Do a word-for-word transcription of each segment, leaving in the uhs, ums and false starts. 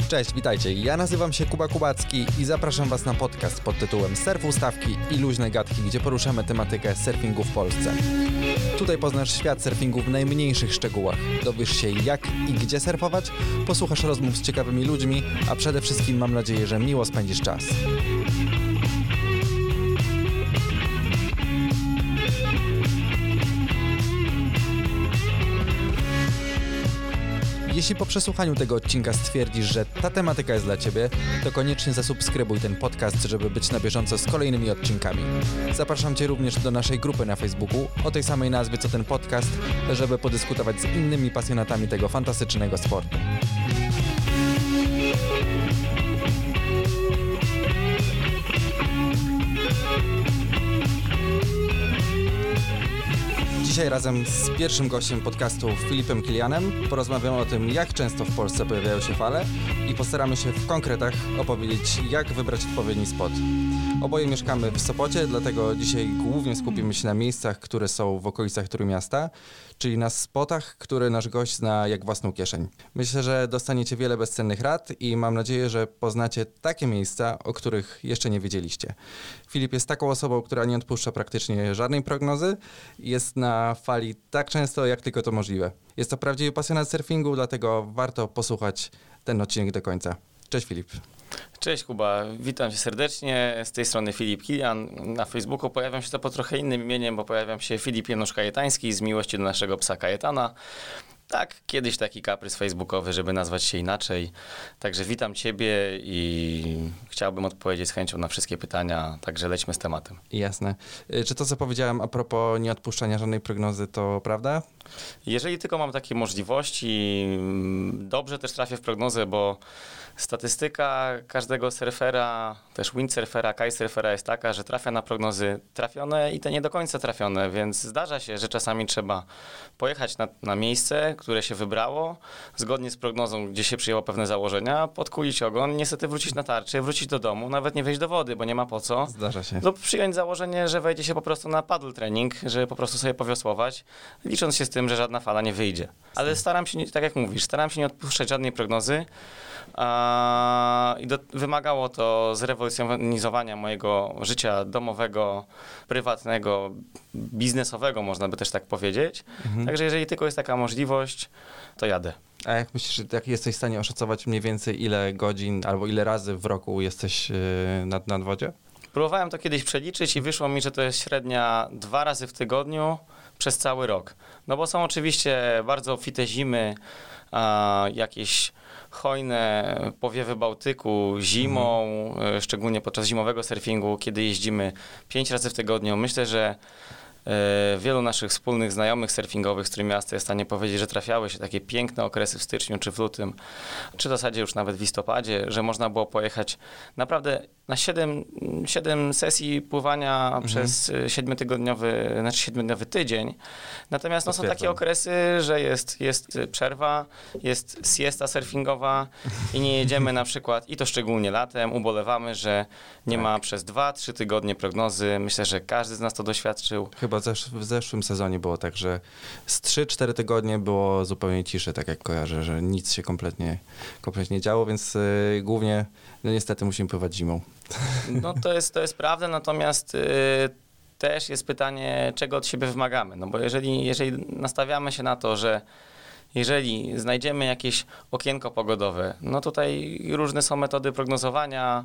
Cześć, witajcie. Ja nazywam się Kuba Kubacki i zapraszam Was na podcast pod tytułem Surf Ustawki i luźne gadki, gdzie poruszamy tematykę surfingu w Polsce. Tutaj poznasz świat surfingu w najmniejszych szczegółach. Dowiesz się jak i gdzie surfować, posłuchasz rozmów z ciekawymi ludźmi, a przede wszystkim mam nadzieję, że miło spędzisz czas. Jeśli po przesłuchaniu tego odcinka stwierdzisz, że ta tematyka jest dla Ciebie, to koniecznie zasubskrybuj ten podcast, żeby być na bieżąco z kolejnymi odcinkami. Zapraszam Cię również do naszej grupy na Facebooku o tej samej nazwie co ten podcast, żeby podyskutować z innymi pasjonatami tego fantastycznego sportu. Dzisiaj razem z pierwszym gościem podcastu Filipem Kilianem porozmawiamy o tym, jak często w Polsce pojawiają się fale i postaramy się w konkretach opowiedzieć, jak wybrać odpowiedni spot. Oboje mieszkamy w Sopocie, dlatego dzisiaj głównie skupimy się na miejscach, które są w okolicach Trójmiasta, czyli na spotach, które nasz gość zna jak własną kieszeń. Myślę, że dostaniecie wiele bezcennych rad i mam nadzieję, że poznacie takie miejsca, o których jeszcze nie wiedzieliście. Filip jest taką osobą, która nie odpuszcza praktycznie żadnej prognozy i jest na fali tak często, jak tylko to możliwe. Jest to prawdziwy pasjonat surfingu, dlatego warto posłuchać ten odcinek do końca. Cześć Filip. Cześć Kuba, witam cię serdecznie, z tej strony Filip Kilian. Na Facebooku pojawiam się to pod trochę innym imieniem, bo pojawiam się Filip Janusz Kajetański z miłości do naszego psa Kajetana. Tak, kiedyś taki kaprys facebookowy, żeby nazwać się inaczej. Także witam ciebie i chciałbym odpowiedzieć z chęcią na wszystkie pytania, także lećmy z tematem. Jasne. Czy to, co powiedziałem a propos nieodpuszczania żadnej prognozy, to prawda? Jeżeli tylko mam takie możliwości, dobrze też trafię w prognozę, bo statystyka każdego surfera, też windsurfera, kitesurfera jest taka, że trafia na prognozy trafione i te nie do końca trafione, więc zdarza się, że czasami trzeba pojechać na, na miejsce, które się wybrało, zgodnie z prognozą, gdzie się przyjęło pewne założenia, podkulić ogon, niestety wrócić na tarczy, wrócić do domu, nawet nie wejść do wody, bo nie ma po co. Zdarza się. Lub przyjąć założenie, że wejdzie się po prostu na paddle training, żeby po prostu sobie powiosłować, licząc się z tym, że żadna fala nie wyjdzie. Ale staram się, tak jak mówisz, staram się nie odpuszczać żadnej prognozy a, i do, wymagało to zrewolucjonizowania mojego życia domowego, prywatnego, biznesowego, można by też tak powiedzieć. Mhm. Także jeżeli tylko jest taka możliwość, to jadę. A jak myślisz, jak jesteś w stanie oszacować mniej więcej ile godzin albo ile razy w roku jesteś yy, nad, nad wodzie? Próbowałem to kiedyś przeliczyć i wyszło mi, że to jest średnia dwa razy w tygodniu przez cały rok. No bo są oczywiście bardzo obfite zimy, a, jakieś hojne powiewy Bałtyku zimą, mhm. szczególnie podczas zimowego surfingu, kiedy jeździmy pięć razy w tygodniu. Myślę, że e, wielu naszych wspólnych znajomych surfingowych z Trójmiasta jest w stanie powiedzieć, że trafiały się takie piękne okresy w styczniu czy w lutym, czy w zasadzie już nawet w listopadzie, że można było pojechać naprawdę na siedem, siedem sesji pływania mhm. przez siedmiotygodniowy, znaczy siedmiodniowy tydzień. Natomiast no, są takie okresy, że jest, jest przerwa, jest siesta surfingowa i nie jedziemy na przykład, i to szczególnie latem, ubolewamy, że nie tak. ma przez dwa, trzy tygodnie prognozy. Myślę, że każdy z nas to doświadczył. Chyba zesz- w zeszłym sezonie było tak, że z trzy cztery tygodnie było zupełnie ciszy, tak jak kojarzę, że nic się kompletnie, kompletnie nie działo, więc yy, głównie no niestety musimy pływać zimą. No to jest, to jest prawda, natomiast y, też jest pytanie, czego od siebie wymagamy. No bo jeżeli, jeżeli nastawiamy się na to, że jeżeli znajdziemy jakieś okienko pogodowe, no tutaj różne są metody prognozowania.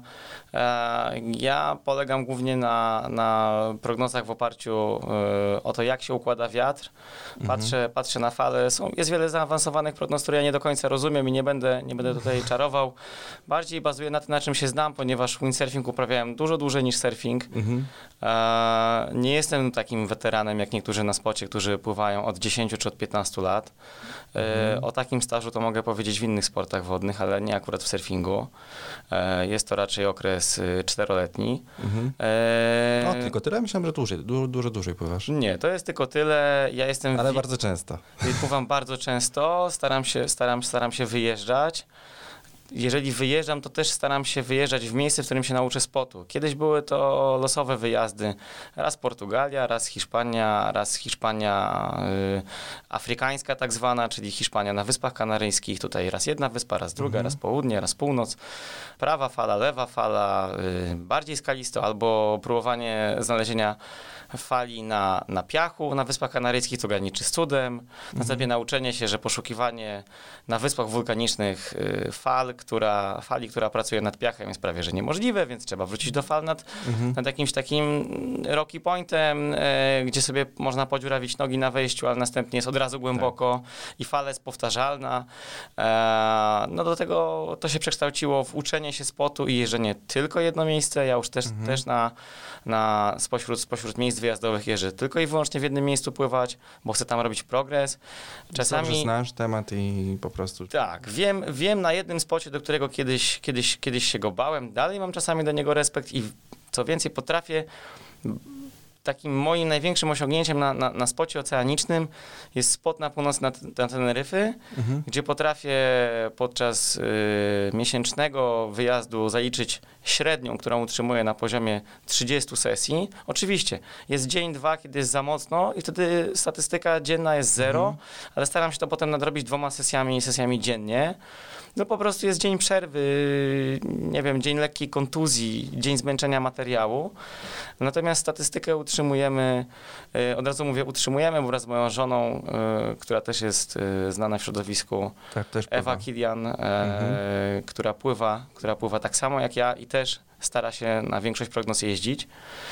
Ja polegam głównie na, na prognozach w oparciu o to, jak się układa wiatr. Patrzę, mhm. patrzę na fale. Są, jest wiele zaawansowanych prognoz, które ja nie do końca rozumiem i nie będę, nie będę tutaj czarował. Bardziej bazuję na tym, na czym się znam, ponieważ windsurfing uprawiałem dużo dłużej niż surfing. Mhm. Nie jestem takim weteranem, jak niektórzy na spocie, którzy pływają od dziesięciu czy od piętnastu lat. Mhm. O takim stażu to mogę powiedzieć w innych sportach wodnych, ale nie akurat w surfingu. Jest to raczej okres czteroletni. Mhm. E... O, tylko tyle? Myślałem, że dłużej, dużo, dużo dłużej pływasz. Nie, to jest tylko tyle. Ja jestem... Ale wi- bardzo często. Pływam bardzo często, staram się, staram, staram się wyjeżdżać. jeżeli wyjeżdżam, to też staram się wyjeżdżać w miejsce, w którym się nauczę spotu. Kiedyś były to losowe wyjazdy. Raz Portugalia, raz Hiszpania, raz Hiszpania y, afrykańska tak zwana, czyli Hiszpania na Wyspach Kanaryjskich. Tutaj raz jedna wyspa, raz druga, mhm. raz południe, raz północ. Prawa fala, lewa fala, y, bardziej skalisto, albo próbowanie znalezienia fali na, na piachu na Wyspach Kanaryjskich, to graniczy z cudem. Mhm. Następnie nauczenie się, że poszukiwanie na wyspach wulkanicznych y, fal, która, fali, która pracuje nad piachem, jest prawie że niemożliwe, więc trzeba wrócić do fal nad, mhm. nad jakimś takim rocky pointem, y, gdzie sobie można podziurawić nogi na wejściu, ale następnie jest od razu głęboko tak. i fala jest powtarzalna. E, no do tego to się przekształciło w uczenie się spotu i jeżdżenie tylko jedno miejsce. Ja już też, mhm. też na, na spośród, spośród miejsc wyjazdowych jeżdżę tylko i wyłącznie w jednym miejscu pływać, bo chcę tam robić progres. Czasami dobrze znasz temat i po prostu... Tak, wiem, wiem na jednym spocie, do którego kiedyś, kiedyś, kiedyś się go bałem, dalej mam czasami do niego respekt i co więcej potrafię. Takim moim największym osiągnięciem na, na, na spocie oceanicznym jest spot na północ na, na Teneryfy, mhm. gdzie potrafię podczas y, miesięcznego wyjazdu zaliczyć średnią, którą utrzymuję na poziomie trzydziestu sesji. Oczywiście jest dzień, dwa, kiedy jest za mocno i wtedy statystyka dzienna jest zero, mhm. ale staram się to potem nadrobić dwoma sesjami, sesjami dziennie. No po prostu jest dzień przerwy, nie wiem, dzień lekkiej kontuzji, dzień zmęczenia materiału. Natomiast statystykę utrzymujemy, od razu mówię utrzymujemy, bo wraz z moją żoną, która też jest znana w środowisku, tak, też Ewa Kilian, mhm. która pływa, która pływa tak samo jak ja i też stara się na większość prognoz jeździć.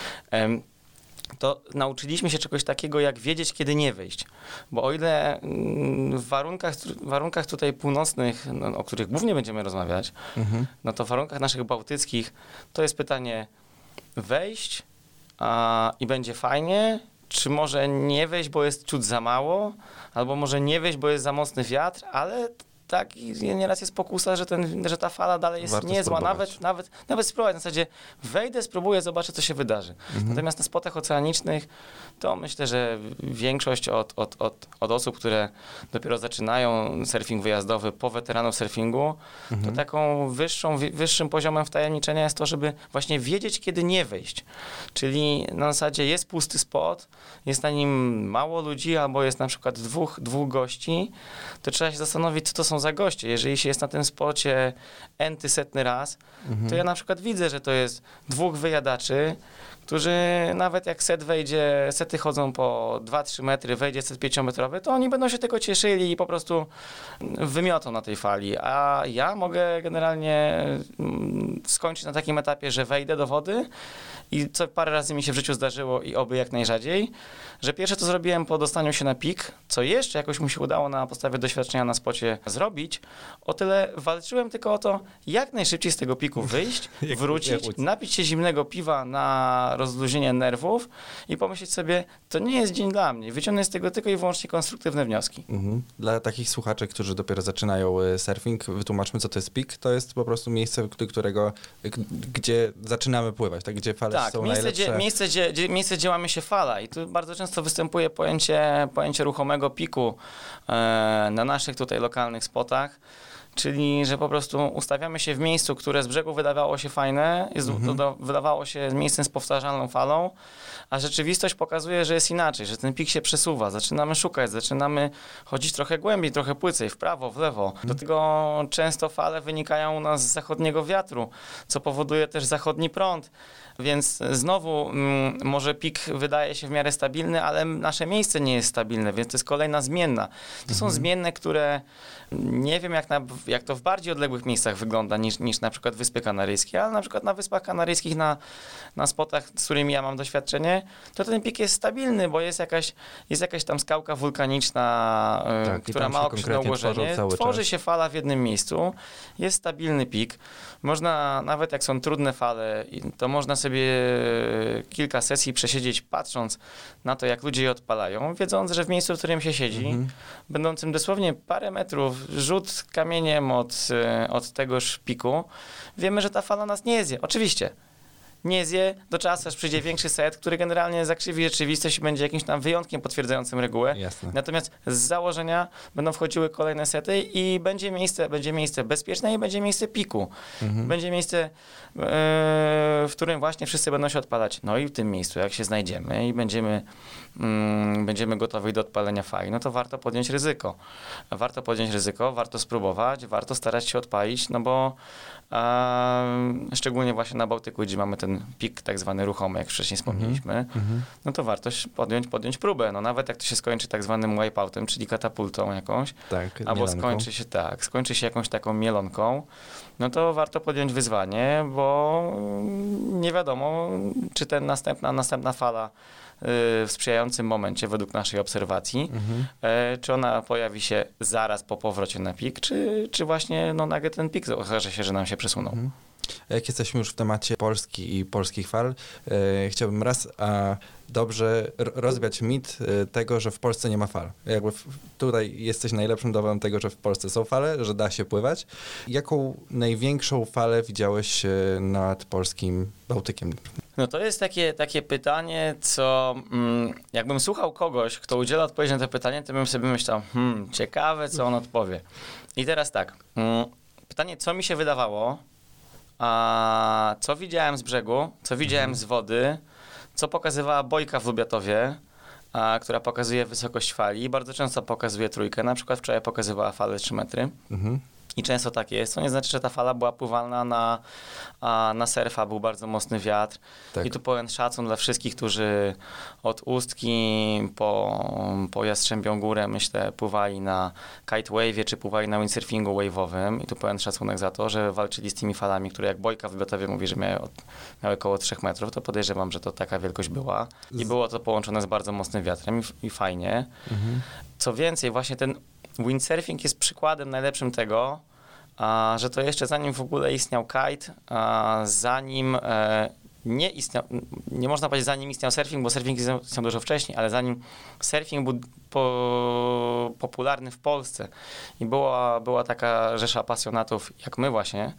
To nauczyliśmy się czegoś takiego, jak wiedzieć, kiedy nie wejść. Bo o ile w warunkach, w warunkach tutaj północnych, no, o których głównie będziemy rozmawiać, mhm. no to w warunkach naszych bałtyckich to jest pytanie wejść a, i będzie fajnie, czy może nie wejść, bo jest ciut za mało, albo może nie wejść, bo jest za mocny wiatr, ale tak, i nieraz jest pokusa, że, ten, że ta fala dalej jest Warto niezła, nawet, nawet, nawet spróbować. Na zasadzie wejdę, spróbuję, zobaczę, co się wydarzy. Mhm. Natomiast na spotach oceanicznych to myślę, że większość od, od, od, od osób, które dopiero zaczynają surfing wyjazdowy po weteranów surfingu, mhm. to taką wyższą, wyższym poziomem wtajemniczenia jest to, żeby właśnie wiedzieć, kiedy nie wejść. Czyli na zasadzie jest pusty spot, jest na nim mało ludzi, albo jest na przykład dwóch, dwóch gości, to trzeba się zastanowić, co to są za goście. Jeżeli się jest na tym spocie enty setny raz, mhm. to ja na przykład widzę, że to jest dwóch wyjadaczy, którzy nawet jak set wejdzie, sety chodzą po dwa trzy metry, wejdzie set pięciometrowy, to oni będą się tego cieszyli i po prostu wymiotą na tej fali. A ja mogę generalnie skończyć na takim etapie, że wejdę do wody i co parę razy mi się w życiu zdarzyło i oby jak najrzadziej, że pierwsze to zrobiłem po dostaniu się na pik, co jeszcze jakoś mi się udało na podstawie doświadczenia na spocie zrobić, o tyle walczyłem tylko o to, jak najszybciej z tego piku wyjść, wrócić, napić się zimnego piwa na rozluźnienie nerwów i pomyśleć sobie, to nie jest dzień dla mnie, wyciągnę z tego tylko i wyłącznie konstruktywne wnioski. Mhm. Dla takich słuchaczy, którzy dopiero zaczynają surfing, wytłumaczmy, co to jest pik. To jest po prostu miejsce, do którego, gdzie zaczynamy pływać, tak? Gdzie fale tak, są miejsce, najlepsze. Gdzie, miejsce, gdzie, gdzie, miejsce, gdzie łamie się fala i tu bardzo często występuje pojęcie, pojęcie ruchomego piku e, na naszych tutaj lokalnych spotach. Czyli, że po prostu ustawiamy się w miejscu, które z brzegu wydawało się fajne, jest, mhm. to, to wydawało się miejscem z powtarzalną falą, a rzeczywistość pokazuje, że jest inaczej, że ten pik się przesuwa, zaczynamy szukać, zaczynamy chodzić trochę głębiej, trochę płycej, w prawo, w lewo. Mhm. Do tego często fale wynikają u nas z zachodniego wiatru, co powoduje też zachodni prąd. Więc znowu mm, może pik wydaje się w miarę stabilny, ale nasze miejsce nie jest stabilne, więc to jest kolejna zmienna. To mhm. są zmienne, które nie wiem jak, na, jak to w bardziej odległych miejscach wygląda niż, niż na przykład Wyspy Kanaryjskie, ale na przykład na Wyspach Kanaryjskich, na, na spotach, z którymi ja mam doświadczenie, to ten pik jest stabilny, bo jest jakaś, jest jakaś tam skałka wulkaniczna, tak, która ma określone ułożenie, tworzy się fala w jednym miejscu, jest stabilny pik. Można, nawet jak są trudne fale, to można sobie kilka sesji przesiedzieć patrząc na to, jak ludzie je odpalają, wiedząc, że w miejscu, w którym się siedzi, mhm. będącym dosłownie parę metrów, rzut kamieniem od, od tegoż piku, wiemy, że ta fala nas nie zje. Oczywiście, nie zje do czasu, aż przyjdzie większy set, który generalnie zakrzywi rzeczywistość i będzie jakimś tam wyjątkiem potwierdzającym regułę. Jasne. Natomiast z założenia będą wchodziły kolejne sety i będzie miejsce, będzie miejsce bezpieczne i będzie miejsce piku. Mhm. Będzie miejsce, e, w którym właśnie wszyscy będą się odpalać. No i w tym miejscu, jak się znajdziemy i będziemy, mm, będziemy gotowi do odpalenia fali, no to warto podjąć ryzyko. Warto podjąć ryzyko, warto spróbować, warto starać się odpalić, no bo e, szczególnie właśnie na Bałtyku, gdzie mamy ten pik tak zwany ruchomy, jak wcześniej wspomnieliśmy, Mhm. no to warto podjąć, podjąć próbę. No nawet jak to się skończy tak zwanym wipeoutem, czyli katapultą jakąś, Tak, albo mielonką. skończy się tak, skończy się jakąś taką mielonką, no to warto podjąć wyzwanie, bo nie wiadomo, czy ten następna, następna fala y, w sprzyjającym momencie, według naszej obserwacji, Mhm. e, czy ona pojawi się zaraz po powrocie na pik, czy, czy właśnie no, nagle ten pik okaże się, że nam się przesunął. Mhm. Jak jesteśmy już w temacie Polski i polskich fal, e, chciałbym raz a dobrze r- rozwiać mit e, tego, że w Polsce nie ma fal. Jakby w, tutaj jesteś najlepszym dowodem tego, że w Polsce są fale, że da się pływać. Jaką największą falę widziałeś e, nad polskim Bałtykiem? No to jest takie, takie pytanie, co mm, jakbym słuchał kogoś, kto udziela odpowiedzi na to pytanie, to bym sobie myślał, hmm, ciekawe, co on odpowie. I teraz tak, mm, pytanie, co mi się wydawało, a co widziałem z brzegu, co widziałem z wody, co pokazywała bojka w Lubiatowie, a, która pokazuje wysokość fali. Bardzo często pokazuje trójkę, na przykład wczoraj pokazywała falę trzy metry. Mhm. I często tak jest, co nie znaczy, że ta fala była pływalna na, a, na surfa, był bardzo mocny wiatr. Tak. I tu pełen szacun dla wszystkich, którzy od Ustki po, po Jastrzębią Górę, myślę, pływali na kite wave'ie, czy pływali na windsurfingu wave'owym. I tu pełen szacunek za to, że walczyli z tymi falami, które jak Bojka w Lubiatowie mówi, że miały, od, miały około trzech metrów, to podejrzewam, że to taka wielkość była. I było to połączone z bardzo mocnym wiatrem i, i fajnie. Mhm. Co więcej, właśnie ten windsurfing jest przykładem najlepszym tego, a, że to jeszcze zanim w ogóle istniał kite, a, zanim e, nie istniał, nie można powiedzieć zanim istniał surfing, bo surfing istniał, istniał dużo wcześniej, ale zanim surfing był po, popularny w Polsce i była, była taka rzesza pasjonatów jak my właśnie,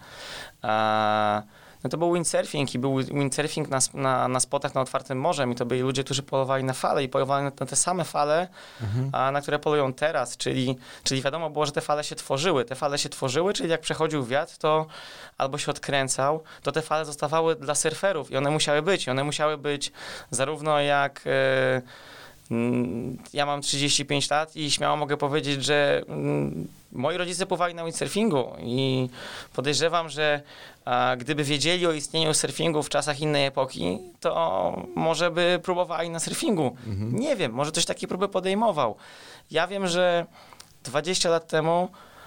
a, no to był windsurfing i był windsurfing na, na, na spotach na otwartym morzem i to byli ludzie, którzy polowali na fale i polowali na, na te same fale, Mhm. a, na które polują teraz, czyli, czyli wiadomo było, że te fale się tworzyły. Te fale się tworzyły, czyli jak przechodził wiatr, to albo się odkręcał, to te fale zostawały dla surferów i one musiały być. I one musiały być zarówno jak... E, mm, ja mam trzydzieści pięć lat i śmiało mogę powiedzieć, że mm, moi rodzice pływali na windsurfingu i podejrzewam, że a, gdyby wiedzieli o istnieniu surfingu w czasach innej epoki, to może by próbowali na surfingu. Mhm. Nie wiem, może ktoś takie próby podejmował. Ja wiem, że dwadzieścia lat temu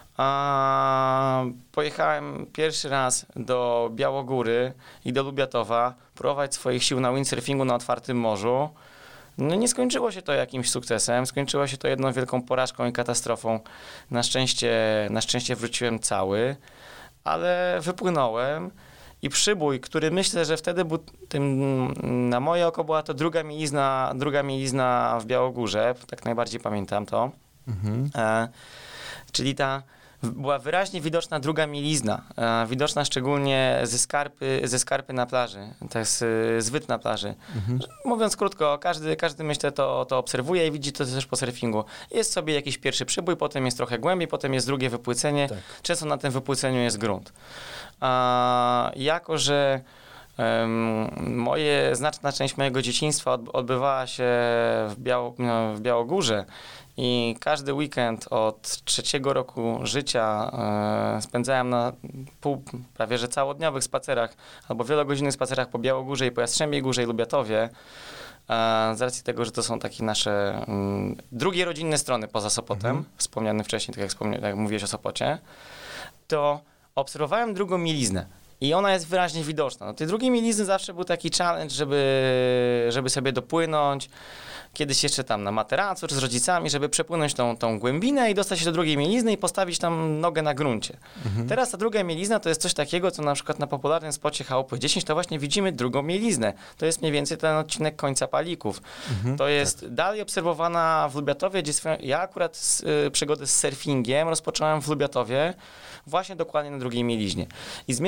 a, pojechałem pierwszy raz do Białogóry i do Lubiatowa próbować swoich sił na windsurfingu na otwartym morzu. No nie skończyło się to jakimś sukcesem, skończyło się to jedną wielką porażką i katastrofą. Na szczęście, na szczęście wróciłem cały, ale wypłynąłem i przybój, który myślę, że wtedy był tym, na moje oko była to druga mielizna, druga mielizna w Białogórze, tak najbardziej pamiętam to, Mhm. e, czyli ta była wyraźnie widoczna druga mielizna, e, widoczna szczególnie ze skarpy, ze skarpy na plaży, to jest e, zwyt na plaży. Mhm. Mówiąc krótko, każdy, każdy myślę to, to obserwuje i widzi to też po surfingu. Jest sobie jakiś pierwszy przybój, potem jest trochę głębiej, potem jest drugie wypłycenie. Tak. Często na tym wypłyceniu jest grunt. A, jako, że um, moje, znaczna część mojego dzieciństwa od, odbywała się w, Biało, no, w Białogórze i każdy weekend od trzeciego roku życia e, spędzałem na pół, prawie że całodniowych spacerach albo wielogodzinnych spacerach po Białogórze i po Jastrzębiej Górze i Lubiatowie, e, z racji tego, że to są takie nasze mm, drugie rodzinne strony poza Sopotem, Mhm. wspomniany wcześniej, tak jak, wspomnia, tak jak mówiłeś o Sopocie, to obserwowałem drugą mieliznę. I ona jest wyraźnie widoczna. No, tej drugiej mielizny zawsze był taki challenge, żeby, żeby sobie dopłynąć. Kiedyś jeszcze tam na materacu czy z rodzicami, żeby przepłynąć tą, tą głębinę i dostać się do drugiej mielizny i postawić tam nogę na gruncie. Mhm. Teraz ta druga mielizna to jest coś takiego, co na przykład na popularnym spocie H O P dziesięć to właśnie widzimy drugą mieliznę. To jest mniej więcej ten odcinek końca Palików. Mhm. To jest dalej obserwowana w Lubiatowie, gdzie swoją, ja akurat z, y, przygodę z surfingiem rozpocząłem w Lubiatowie, właśnie dokładnie na drugiej mieliźnie. I zmierzam do tego,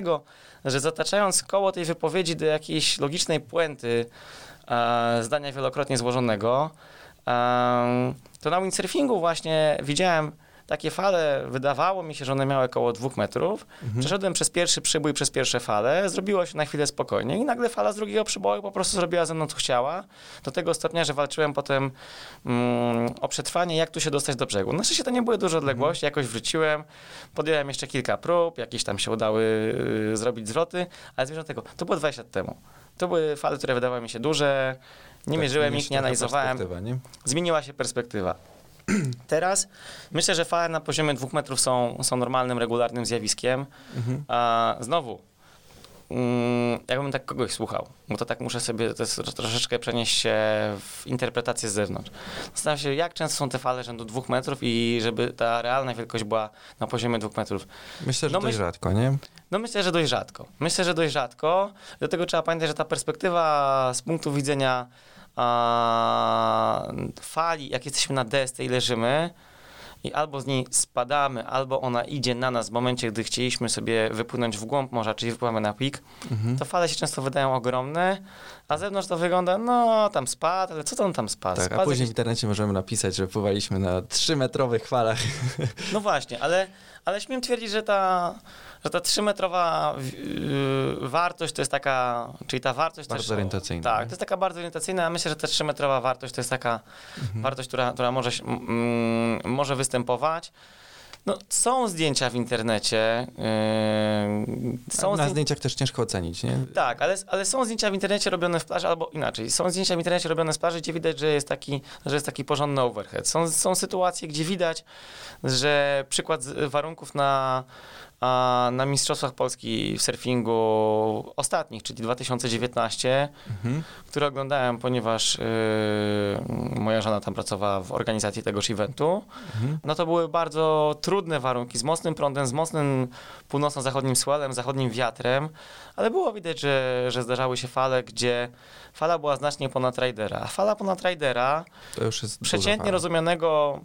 tego, że zataczając koło tej wypowiedzi do jakiejś logicznej puenty e, zdania wielokrotnie złożonego, e, to na windsurfingu właśnie widziałem takie fale, wydawało mi się, że one miały około dwóch metrów. Mhm. Przeszedłem przez pierwszy przybój, przez pierwsze fale, zrobiło się na chwilę spokojnie i nagle fala z drugiego przyboju po prostu zrobiła ze mną, co chciała. Do tego stopnia, że walczyłem potem mm, o przetrwanie, jak tu się dostać do brzegu. Na szczęście to nie były duże odległości, mhm. jakoś wróciłem, podjąłem jeszcze kilka prób, jakieś tam się udały y, zrobić zwroty, ale zmierzam do tego, to było dwadzieścia lat temu. To były fale, które wydawały mi się duże, nie tak, mierzyłem ich, nie analizowałem. Nie? Zmieniła się perspektywa. Teraz myślę, że fale na poziomie dwóch metrów są, są normalnym, regularnym zjawiskiem. Mhm. A, znowu, mm, jakbym tak kogoś słuchał, bo to tak muszę sobie to jest, troszeczkę przenieść się w interpretację z zewnątrz. Zastanawiam się, jak często są te fale rzędu dwóch metrów i żeby ta realna wielkość była na poziomie dwóch metrów. Myślę, że no, dość myśl... rzadko, nie? No myślę, że dość rzadko. Myślę, że dość rzadko. Do tego trzeba pamiętać, że ta perspektywa z punktu widzenia a, fali, jak jesteśmy na desce i leżymy i albo z niej spadamy, albo ona idzie na nas w momencie, gdy chcieliśmy sobie wypłynąć w głąb morza, czyli wypływamy na pik, mhm. to fale się często wydają ogromne, a z zewnątrz to wygląda, no tam spadł, ale co to on tam spadł? Tak, spadł a później jakiś... w internecie możemy napisać, że pływaliśmy na trzymetrowych falach. No właśnie, ale, ale śmiem twierdzić, że ta, że ta trzymetrowa yy, wartość to jest taka, czyli ta wartość bardzo też... orientacyjna. Tak, to jest taka bardzo orientacyjna, a myślę, że ta trzymetrowa wartość to jest taka mhm. wartość, która, która może, mm, może występować. No, są zdjęcia w internecie. Yy, są na zdję... zdjęciach też ciężko ocenić, nie? Tak, ale, ale są zdjęcia w internecie robione w plaży, albo inaczej. Są zdjęcia w internecie robione z plaży, gdzie widać, że jest taki, że jest taki porządny overhead. Są, są sytuacje, gdzie widać, że przykład warunków na, a, na Mistrzostwach Polski w surfingu ostatnich, czyli dwa tysiące dziewiętnaście, mhm. które oglądałem, ponieważ yy, moja żona tam pracowała w organizacji tegoż eventu, mhm. no to były bardzo trudne warunki, z mocnym prądem, z mocnym północno-zachodnim swellem, zachodnim wiatrem, ale było widać, że, że zdarzały się fale, gdzie fala była znacznie ponad ridera, a fala ponad ridera, to już jest przeciętnie rozumianego,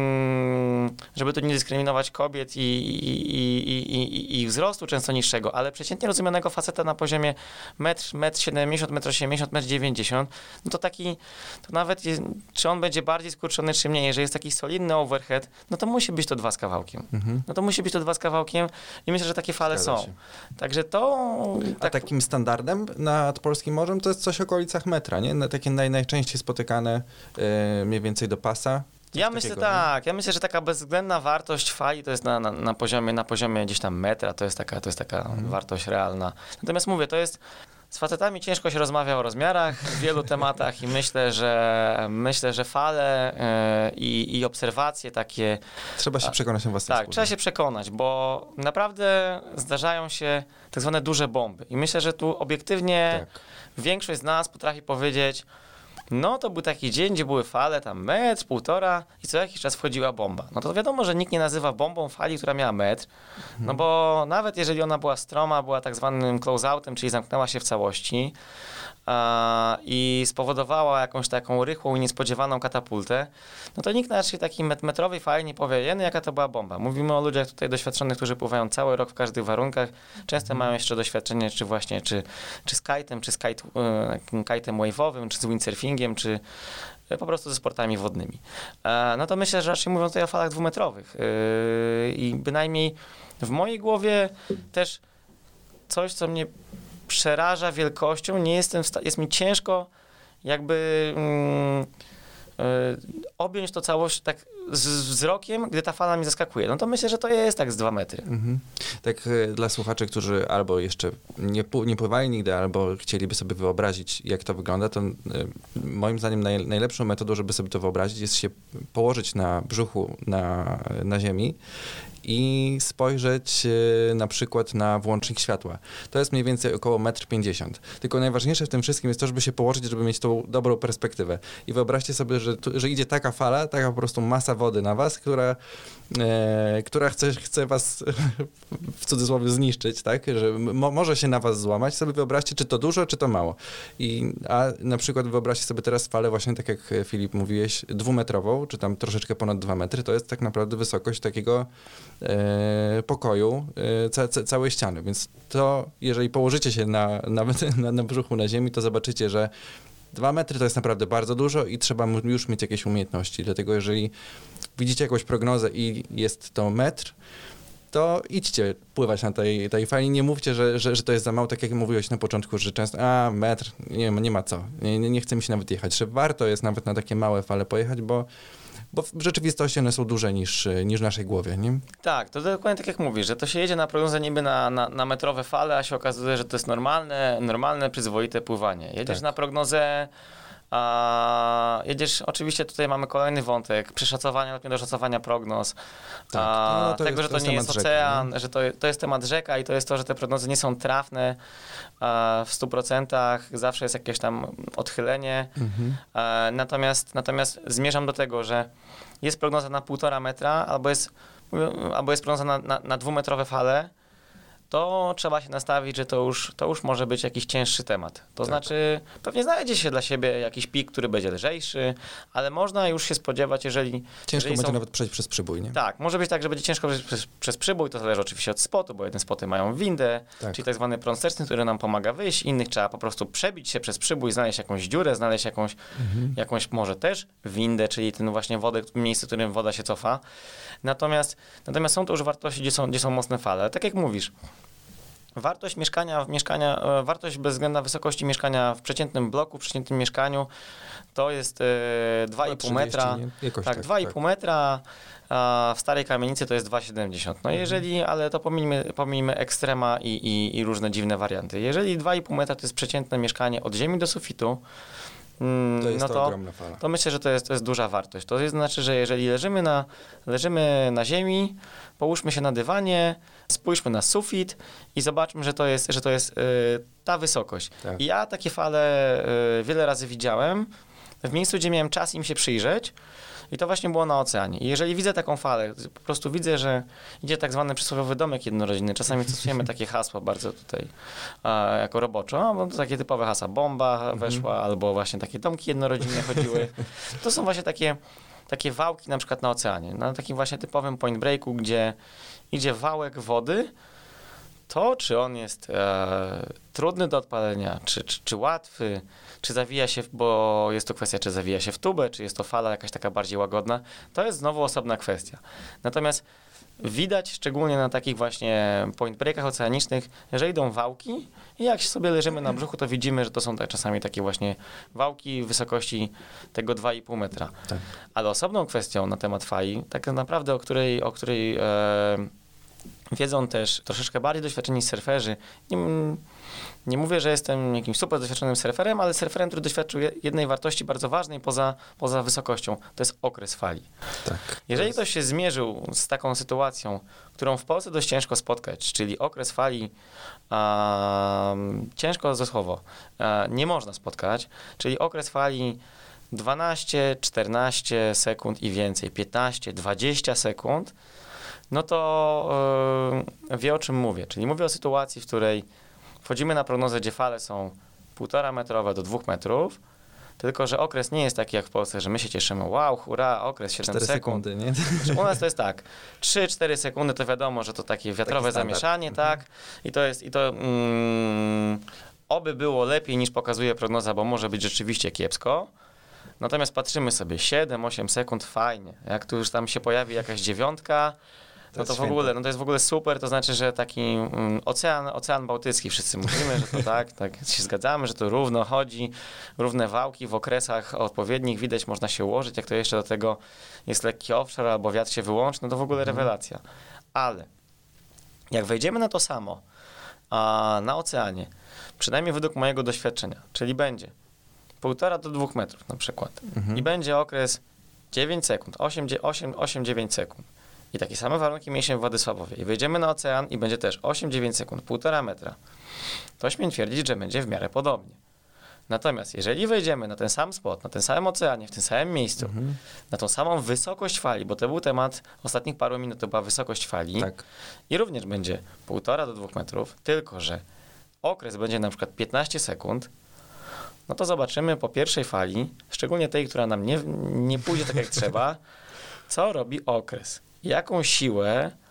mm, żeby tu nie dyskryminować kobiet i, i, i, i, i, i wzrostu często niższego, ale przeciętnie rozumianego faceta na poziomie metr, metr siedemdziesiąt, metr osiemdziesiąt, metr dziewięćdziesiąt, no to taki, to nawet jest, czy on będzie bardziej skurczony, czy mniej, jeżeli jest taki solidny overhead, no to musi być to dwa z kawałkiem. Mhm. No to musi być to dwa z kawałkiem i myślę, że takie fale Zgadza są. się. Także to... A tak... takim standardem nad Polskim Morzem to jest coś w okolicach metra, nie? Na takie naj, najczęściej spotykane yy, mniej więcej do pasa. Ja myślę takiego, tak, nie? ja myślę, że taka bezwzględna wartość fali to jest na, na, na, poziomie, na poziomie gdzieś tam metra, to jest taka, to jest taka mhm. wartość realna. Natomiast mówię, to jest, z facetami ciężko się rozmawia o rozmiarach w wielu tematach i myślę, że myślę, że fale yy, i, i obserwacje takie... Trzeba się przekonać na własnej Tak, skórze. trzeba się przekonać, bo naprawdę zdarzają się tak zwane duże bomby i myślę, że tu obiektywnie tak. większość z nas potrafi powiedzieć, no to był taki dzień, gdzie były fale, tam metr, półtora i co jakiś czas wchodziła bomba. No to wiadomo, że nikt nie nazywa bombą fali, która miała metr, no bo nawet jeżeli ona była stroma, była tak zwanym close-outem, czyli zamknęła się w całości a, i spowodowała jakąś taką rychłą i niespodziewaną katapultę, no to nikt na raczej takiej met- metrowej fali nie powie, jeny, jaka to była bomba. Mówimy o ludziach tutaj doświadczonych, którzy pływają cały rok w każdych warunkach, często mają jeszcze doświadczenie, czy właśnie, czy, czy z kite'em, czy z kite, y, kite'em wave'owym, czy z windsurfingiem, czy po prostu ze sportami wodnymi. E, no to myślę, że raczej mówią tutaj o falach dwumetrowych yy, i bynajmniej w mojej głowie też coś, co mnie przeraża wielkością, nie jestem w sta- jest mi ciężko jakby mm, y, objąć to całość tak z wzrokiem, gdy ta fala mi zaskakuje. No to myślę, że to jest tak z dwa metry. Mhm. Tak y, dla słuchaczy, którzy albo jeszcze nie, nie pływali nigdy, albo chcieliby sobie wyobrazić, jak to wygląda, to y, moim zdaniem naj, najlepszą metodą, żeby sobie to wyobrazić, jest się położyć na brzuchu na, na ziemi i spojrzeć y, na przykład na włącznik światła. To jest mniej więcej około metr pięćdziesiąt. Tylko najważniejsze w tym wszystkim jest to, żeby się położyć, żeby mieć tą dobrą perspektywę. I wyobraźcie sobie, że, tu, że idzie taka fala, taka po prostu masa wody na was, która, e, która chce, chce was w cudzysłowie zniszczyć, tak? Że mo, może się na was złamać. Sobie wyobraźcie, czy to dużo, czy to mało. I, a na przykład wyobraźcie sobie teraz falę właśnie tak jak Filip mówiłeś, dwumetrową, czy tam troszeczkę ponad dwa metry. To jest tak naprawdę wysokość takiego e, pokoju e, ca, ca, całej ściany. Więc to, jeżeli położycie się na, na, na, na brzuchu na ziemi, to zobaczycie, że dwa metry to jest naprawdę bardzo dużo i trzeba już mieć jakieś umiejętności. Dlatego jeżeli widzicie jakąś prognozę i jest to metr, to idźcie pływać na tej, tej fali. Nie mówcie, że, że, że to jest za mało, tak jak mówiłeś na początku, że często, a metr, nie, nie ma co, nie, nie chce mi się nawet jechać, że warto jest nawet na takie małe fale pojechać, bo, bo w rzeczywistości one są duże niż, niż w naszej głowie, nie? Tak, to dokładnie tak jak mówisz, że to się jedzie na prognozę niby na, na, na metrowe fale, a się okazuje, że to jest normalne, normalne, przyzwoite pływanie. Jedziesz Tak. na prognozę, a jedziesz, oczywiście tutaj mamy kolejny wątek, przeszacowania lub niedoszacowania prognoz, Tak, a, no to tego, jest- że to to jest nie temat jest rzeka, ocean, nie? że to, to jest temat rzeka i to jest to, że te prognozy nie są trafne a, w stu procentach, zawsze jest jakieś tam odchylenie, Mhm. e, natomiast, natomiast zmierzam do tego, że jest prognoza na półtora metra, albo jest, albo jest prognoza na, na, na dwumetrowe fale, to trzeba się nastawić, że to już, to już może być jakiś cięższy temat. To Tak. znaczy, pewnie znajdzie się dla siebie jakiś pik, który będzie lżejszy, ale można już się spodziewać, jeżeli... Ciężko jeżeli będzie są- nawet przejść przez przybój, nie? Tak, może być tak, że będzie ciężko przez, przez, przez przybój, to zależy oczywiście od spotu, bo jedne spoty mają windę, Tak. czyli tak zwany prąd wsteczny, który nam pomaga wyjść, innych trzeba po prostu przebić się przez przybój, znaleźć jakąś dziurę, znaleźć jakąś, Mhm. jakąś może też windę, czyli ten właśnie wodę, miejsce, w którym woda się cofa. Natomiast, natomiast są to już wartości, gdzie są, gdzie są mocne fale. Tak jak mówisz, wartość mieszkania, mieszkania, e, wartość bez względu na wysokości mieszkania w przeciętnym bloku, w przeciętnym mieszkaniu to jest e, dwa i pół trzydzieści, metra. nie? Jakoś Tak, tak, dwa i tak. pół metra, a w starej kamienicy to jest dwa siedemdziesiąt. No jeżeli, ale to pomijmy, pomijmy ekstrema i, i, i różne dziwne warianty. Jeżeli dwa i pół metra to jest przeciętne mieszkanie od ziemi do sufitu, mm, To jest no to to, ogromna fala. to myślę, że to jest, to jest duża wartość. To jest, znaczy, że jeżeli leżymy na, leżymy na ziemi, połóżmy się na dywanie, spójrzmy na sufit i zobaczmy, że to jest, że to jest y, ta wysokość. Tak. I ja takie fale y, wiele razy widziałem w miejscu, gdzie miałem czas im się przyjrzeć. I to właśnie było na oceanie. I jeżeli widzę taką falę, po prostu widzę, że idzie tak zwany przysłowiowy domek jednorodzinny. Czasami stosujemy takie hasła bardzo tutaj a, jako roboczo, bo to takie typowe hasła. Bomba weszła, albo właśnie takie domki jednorodzinne chodziły. To są właśnie takie, takie wałki na przykład na oceanie. Na takim właśnie typowym point breaku, gdzie idzie wałek wody, to czy on jest e, trudny do odpalenia, czy, czy, czy łatwy, czy zawija się, w- bo jest to kwestia, czy zawija się w tubę, czy jest to fala jakaś taka bardziej łagodna, to jest znowu osobna kwestia. Natomiast widać, szczególnie na takich właśnie point breakach oceanicznych, że idą wałki i jak sobie leżymy na brzuchu, to widzimy, że to są tak, czasami takie właśnie wałki w wysokości tego dwa i pół metra. Tak. Ale osobną kwestią na temat fali, tak naprawdę o której, o której e, wiedzą też troszeczkę bardziej doświadczeni surferzy. Nie, nie mówię, że jestem jakimś super doświadczonym surferem, ale surferem, który doświadczył je- jednej wartości bardzo ważnej poza, poza wysokością. To jest okres fali. Tak. Jeżeli ktoś się zmierzył z taką sytuacją, którą w Polsce dość ciężko spotkać, czyli okres fali um, ciężko ze słowo, e, nie można spotkać, czyli okres fali dwanaście, czternaście sekund i więcej, piętnaście, dwadzieścia sekund, no to e, wie o czym mówię. Czyli mówię o sytuacji, w której wchodzimy na prognozę, gdzie fale są półtora metrowe do dwóch metrów, tylko że okres nie jest taki jak w Polsce, że my się cieszymy, wow, hurra, okres siedem cztery sekund. sekundy, nie? Znaczy, u nas to jest tak, trzy cztery sekundy to wiadomo, że to takie wiatrowe standard. zamieszanie, tak? I to jest, i to mm, oby było lepiej niż pokazuje prognoza, bo może być rzeczywiście kiepsko. Natomiast patrzymy sobie, siedem osiem sekund, fajnie. Jak tu już tam się pojawi jakaś dziewiątka, no jest to w święto. ogóle, no to jest w ogóle super, to znaczy, że taki mm, ocean, ocean Bałtycki, wszyscy mówimy, że to tak, tak się zgadzamy, że to równo chodzi, równe wałki w okresach odpowiednich, widać, można się ułożyć, jak to jeszcze do tego jest lekki offshore albo wiatr się wyłączy, no to w ogóle rewelacja. Ale jak wejdziemy na to samo, a na oceanie, przynajmniej według mojego doświadczenia, czyli będzie półtora do dwóch metrów na przykład Mhm. i będzie okres dziewięć sekund, osiem dziewięć sekund. I takie same warunki mieliśmy w Władysławowie. I wejdziemy na ocean i będzie też osiem dziewięć sekund, półtora metra. To śmiem twierdzić, że będzie w miarę podobnie. Natomiast jeżeli wejdziemy na ten sam spot, na tym samym oceanie, w tym samym miejscu, Mhm. na tą samą wysokość fali, bo to był temat ostatnich paru minut, to była wysokość fali Tak. i również będzie półtora do dwóch metrów, tylko że okres będzie na przykład piętnaście sekund, no to zobaczymy po pierwszej fali, szczególnie tej, która nam nie, nie pójdzie tak jak trzeba, co robi okres. Jaką siłę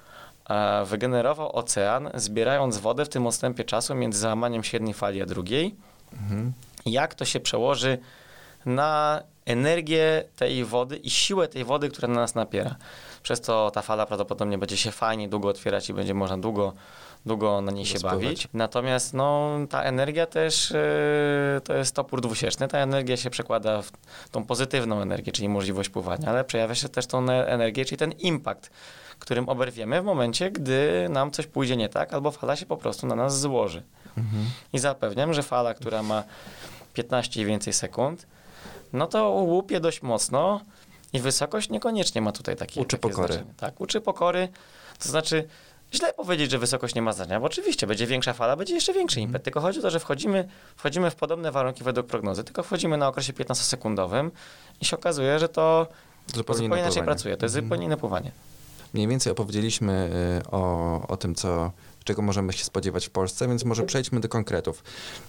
e, wygenerował ocean, zbierając wodę w tym odstępie czasu między załamaniem jednej fali a drugiej. Mhm. Jak to się przełoży na energię tej wody i siłę tej wody, która na nas napiera. Przez to ta fala prawdopodobnie będzie się fajnie długo otwierać i będzie można długo, długo na niej się Rozpływać. bawić. Natomiast no, ta energia też yy, to jest topór dwusieczny. Ta energia się przekłada w tą pozytywną energię, czyli możliwość pływania, ale przejawia się też tą energię, czyli ten impact, którym oberwiemy w momencie, gdy nam coś pójdzie nie tak, albo fala się po prostu na nas złoży. Mhm. I zapewniam, że fala, która ma piętnaście i więcej sekund, no to łupie dość mocno i wysokość niekoniecznie ma tutaj takie, Uczy takie pokory. znaczenie. Tak, uczy pokory, to znaczy źle powiedzieć, że wysokość nie ma znaczenia, bo oczywiście będzie większa fala, będzie jeszcze większy impet, tylko chodzi o to, że wchodzimy, wchodzimy w podobne warunki według prognozy, tylko wchodzimy na okresie piętnastosekundowym i się okazuje, że to Zupełnie, zupełnie inaczej pływanie. pracuje, to jest Mhm. zupełnie inne pływanie. Mniej więcej opowiedzieliśmy y, o, o tym, co, czego możemy się spodziewać w Polsce, więc może przejdźmy do konkretów.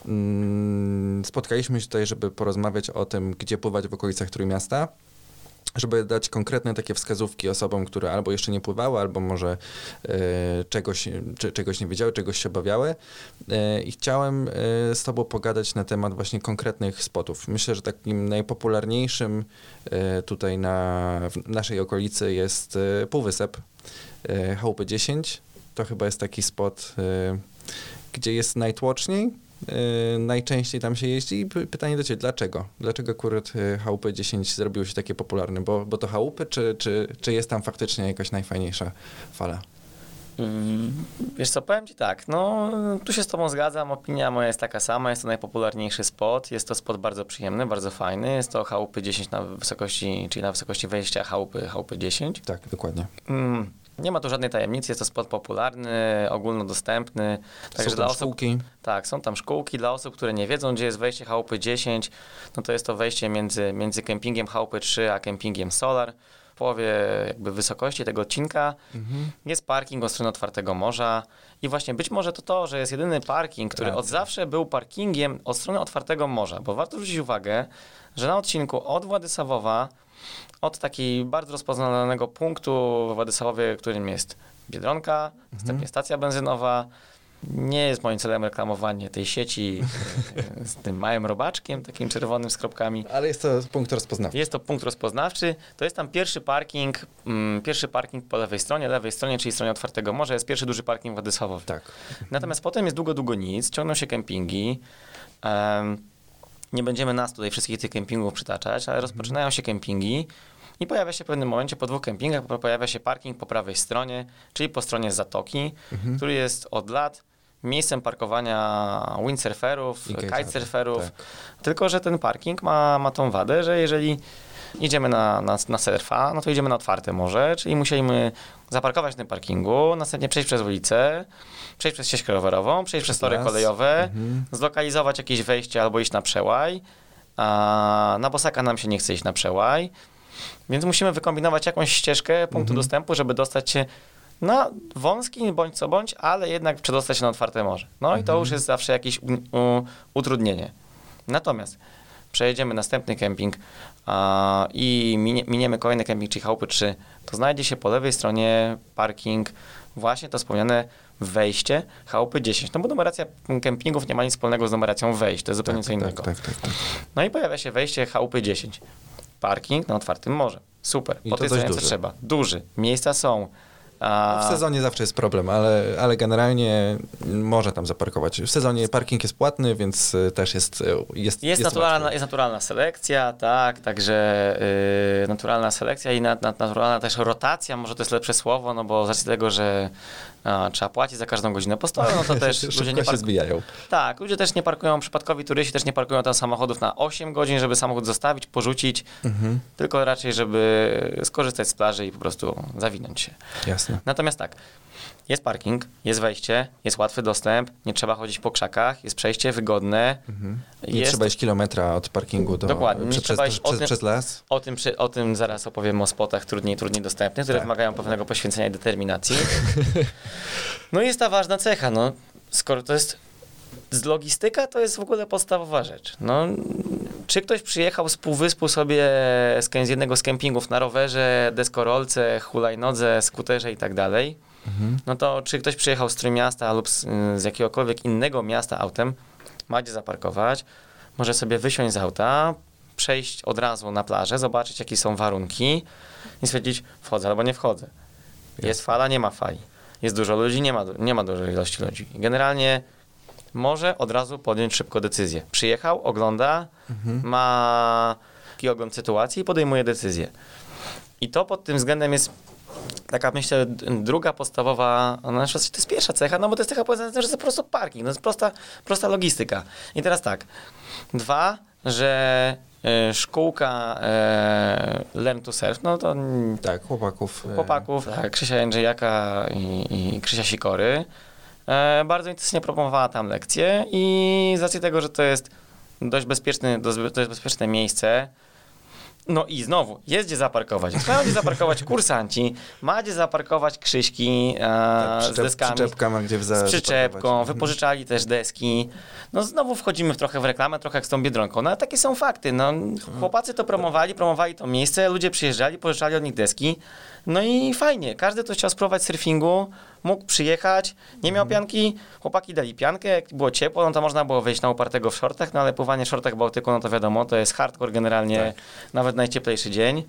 Mm, Spotkaliśmy się tutaj, żeby porozmawiać o tym, gdzie pływać w okolicach Trójmiasta, żeby dać konkretne takie wskazówki osobom, które albo jeszcze nie pływały, albo może y, czegoś, czy, czegoś nie wiedziały, czegoś się obawiały. Y, I chciałem y, z tobą pogadać na temat właśnie konkretnych spotów. Myślę, że takim najpopularniejszym y, tutaj na, w naszej okolicy jest y, Półwysep, y, Chałupy dziesięć. To chyba jest taki spot, y, gdzie jest najtłoczniej. Yy, najczęściej tam się jeździ i py- pytanie do ciebie, dlaczego? Dlaczego akurat yy, Chałupy dziesięć zrobiły się takie popularne? Bo, bo to chałupy, czy, czy, czy jest tam faktycznie jakaś najfajniejsza fala? Mm, Wiesz co, powiem ci tak, no tu się z tobą zgadzam, opinia moja jest taka sama, jest to najpopularniejszy spot, jest to spot bardzo przyjemny, bardzo fajny, jest to Chałupy dziesięć na wysokości, czyli na wysokości wejścia Chałupy, Chałupy dziesięć. Tak, dokładnie. Mm, Nie ma tu żadnej tajemnicy, jest to spot popularny, ogólnodostępny. Są dla tam osób, szkółki. tak, są tam szkółki. Dla osób, które nie wiedzą, gdzie jest wejście Chałupy dziesięć, no to jest to wejście między, między kempingiem Chałupy trzy a kempingiem Solar. W połowie jakby wysokości tego odcinka Mhm. jest parking od strony otwartego morza i właśnie być może to to, że jest jedyny parking, który Racja. od zawsze był parkingiem od strony otwartego morza, bo warto zwrócić uwagę, że na odcinku od Władysławowa, od takiego bardzo rozpoznanego punktu w Władysławowie, którym jest Biedronka, następnie stacja benzynowa. Nie jest moim celem reklamowanie tej sieci e, z tym małym robaczkiem, takim czerwonym z kropkami. Ale jest to punkt rozpoznawczy. Jest to punkt rozpoznawczy. To jest tam pierwszy parking, mm, pierwszy parking po lewej stronie, lewej stronie, czyli stronie otwartego morza, jest pierwszy duży parking w Władysławowie. Tak. Natomiast potem jest długo, długo nic, ciągną się kempingi. Em, nie będziemy nas tutaj wszystkich tych kempingów przytaczać, ale rozpoczynają się kempingi i pojawia się w pewnym momencie po dwóch kempingach, pojawia się parking po prawej stronie, czyli po stronie zatoki, Mhm. który jest od lat miejscem parkowania windsurferów, I kitesurferów. tak. Tylko że ten parking ma, ma tą wadę, że jeżeli idziemy na, na, na surfa, no to idziemy na otwarte morze, czyli musimy zaparkować na tym parkingu, następnie przejść przez ulicę, przejść przez ścieżkę rowerową, przejść przez tory las. kolejowe, Mhm. zlokalizować jakieś wejście albo iść na przełaj. A na bosaka nam się nie chce iść na przełaj, więc musimy wykombinować jakąś ścieżkę punktu Mhm. dostępu, żeby dostać się na wąski bądź co bądź, ale jednak przedostać się na otwarte morze. No i to Mhm. już jest zawsze jakieś u, u, utrudnienie. Natomiast przejedziemy następny kemping a, i minie, miniemy kolejny kemping, czyli Chałupy trzy, to znajdzie się po lewej stronie parking, właśnie to wspomniane wejście Chałupy dziesięć. No bo numeracja kempingów nie ma nic wspólnego z numeracją wejść, to jest zupełnie Tak, co innego. tak, tak, tak, tak. No i pojawia się wejście Chałupy dziesięć. Parking na otwartym morzu. Super. I Po to tej dość stronie co duży. trzeba. Duży. Miejsca są. A, W sezonie zawsze jest problem, ale, ale generalnie może tam zaparkować. W sezonie parking jest płatny, więc y, też jest y, jest, Jest, jest naturalna, łatwiej. jest naturalna selekcja, tak, także yy, naturalna selekcja i nat, nat, naturalna też rotacja, może to jest lepsze słowo, no bo z racji tego, że a, trzeba płacić za każdą godzinę postoju, no to też ludzie Szybko nie się parkują. zbijają. Tak, ludzie też nie parkują, przypadkowi turyści też nie parkują tam samochodów na osiem godzin, żeby samochód zostawić, porzucić, Mhm. tylko raczej, żeby skorzystać z plaży i po prostu zawinąć się. Jasne. Natomiast tak, jest parking, jest wejście, jest łatwy dostęp, nie trzeba chodzić po krzakach, jest przejście wygodne. Mhm. Nie Jest, trzeba iść kilometra od parkingu do, Dokładnie, nie prze, trzeba przez, iść przez, o tym- przez las. o tym, przy, o tym zaraz opowiem, o spotach trudniej, trudniej dostępnych, które Tak. wymagają pewnego poświęcenia i determinacji. No i jest ta ważna cecha, no, skoro to jest z logistyka, to jest w ogóle podstawowa rzecz. No, czy ktoś przyjechał z półwyspu sobie z, z jednego z kempingów na rowerze, deskorolce, hulajnodze, skuterze i tak dalej, Mhm. no to czy ktoś przyjechał z Trójmiasta lub z, z jakiegokolwiek innego miasta autem, ma gdzie zaparkować, może sobie wysiąść z auta, przejść od razu na plażę, zobaczyć jakie są warunki i stwierdzić, wchodzę albo nie wchodzę. Jest fala, nie ma fali. Jest dużo ludzi, nie ma, nie ma dużej ilości ludzi. Generalnie może od razu podjąć szybko decyzję. Przyjechał, ogląda, Mhm. ma taki ogląd sytuacji i podejmuje decyzję. I to pod tym względem jest taka, myślę, d- druga podstawowa, no, znaczy, to jest pierwsza cecha, no bo to jest cecha powiązana z tym, że to jest po prostu parking, to jest prosta, prosta logistyka. I teraz tak, dwa, że e, szkółka e, Learn to Surf, no to mm, Tak, chłopaków. e, chłopaków, tak, Krzysia Jędrzejaka i, i Krzysia Sikory, e, bardzo intensywnie promowała tam lekcje i z racji tego, że to jest dość bezpieczny, dość dość bezpieczne miejsce, no i znowu, jest gdzie zaparkować. Ma gdzie zaparkować kursanci, ma gdzie zaparkować Krzyśki e, Tak, z przyczep, deskami, przyczepka ma gdzie w za- z przyczepką, zaparkować. wypożyczali też deski. No znowu wchodzimy w trochę w reklamę, trochę jak z tą Biedronką, no ale takie są fakty. No, chłopacy to promowali, promowali to miejsce, ludzie przyjeżdżali, pożyczali od nich deski. No i fajnie, każdy, kto chciał spróbować surfingu, mógł przyjechać, nie miał pianki, chłopaki dali piankę, jak było ciepło, no to można było wejść na upartego w shortach, no ale pływanie w shortach Bałtyku, no to wiadomo, to jest hardcore generalnie, Tak. nawet najcieplejszy dzień.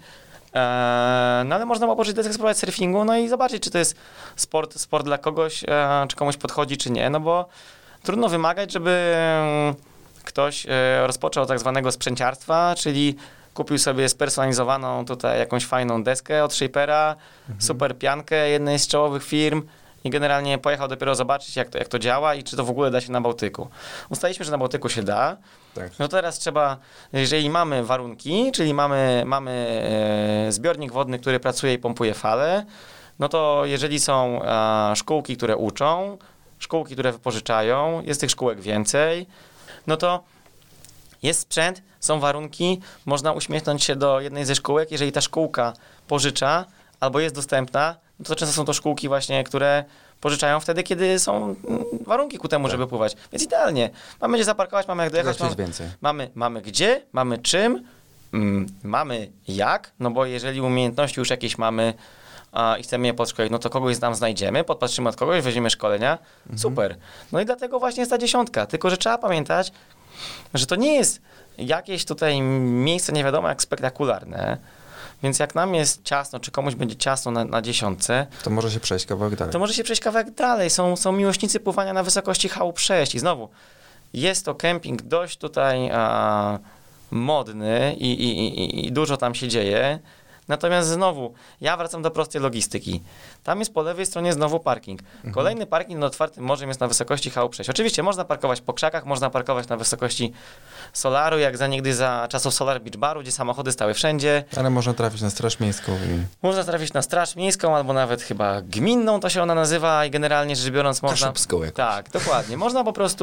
Eee, no ale można było pożyć deskę, spróbować surfingu, no i zobaczyć, czy to jest sport, sport dla kogoś, e, czy komuś podchodzi, czy nie, no bo trudno wymagać, żeby e, ktoś e, rozpoczął tak zwanego sprzęciarstwa, czyli kupił sobie spersonalizowaną tutaj jakąś fajną deskę od Shapera, super piankę jednej z czołowych firm i generalnie pojechał dopiero zobaczyć, jak to, jak to działa i czy to w ogóle da się na Bałtyku. Ustaliliśmy, że na Bałtyku się da. Tak. No teraz trzeba, jeżeli mamy warunki, czyli mamy, mamy e, zbiornik wodny, który pracuje i pompuje fale, no to jeżeli są e, szkółki, które uczą, szkółki, które wypożyczają, jest tych szkółek więcej, no to jest sprzęt, są warunki, można uśmiechnąć się do jednej ze szkółek, jeżeli ta szkółka pożycza albo jest dostępna, no to często są to szkółki właśnie, które pożyczają wtedy, kiedy są mm, warunki ku temu, Tak. żeby pływać. Więc idealnie. Mamy gdzie zaparkować, mamy jak dojechać. Coś Mamy, więcej. mamy, mamy gdzie, mamy czym, mm, mamy jak, no bo jeżeli umiejętności już jakieś mamy a, i chcemy je podszkolić, no to kogoś tam znajdziemy, podpatrzymy od kogoś, weźmiemy szkolenia, super. No i dlatego właśnie jest ta dziesiątka. Tylko, że trzeba pamiętać, że to nie jest jakieś tutaj miejsce nie wiadomo jak spektakularne, więc jak nam jest ciasno, czy komuś będzie ciasno na, na dziesiątce, To może się przejść kawałek dalej. to może się przejść kawałek dalej. Są, są miłośnicy pływania na wysokości chałup sześć i znowu, jest to kemping dość tutaj a, modny i, i, i, i dużo tam się dzieje. Natomiast znowu, ja wracam do prostej logistyki. Tam jest po lewej stronie znowu parking. Kolejny parking nad otwartym morzem jest na wysokości chałup sześć. Oczywiście można parkować po krzakach, można parkować na wysokości Solaru, jak za niegdyś za czasów Solar Beach Baru, gdzie samochody stały wszędzie. Ale można trafić na Straż Miejską i... Można trafić na straż miejską, albo nawet chyba gminną to się ona nazywa i generalnie rzecz biorąc można... Kaszubską jakąś. Tak, dokładnie. Można po prostu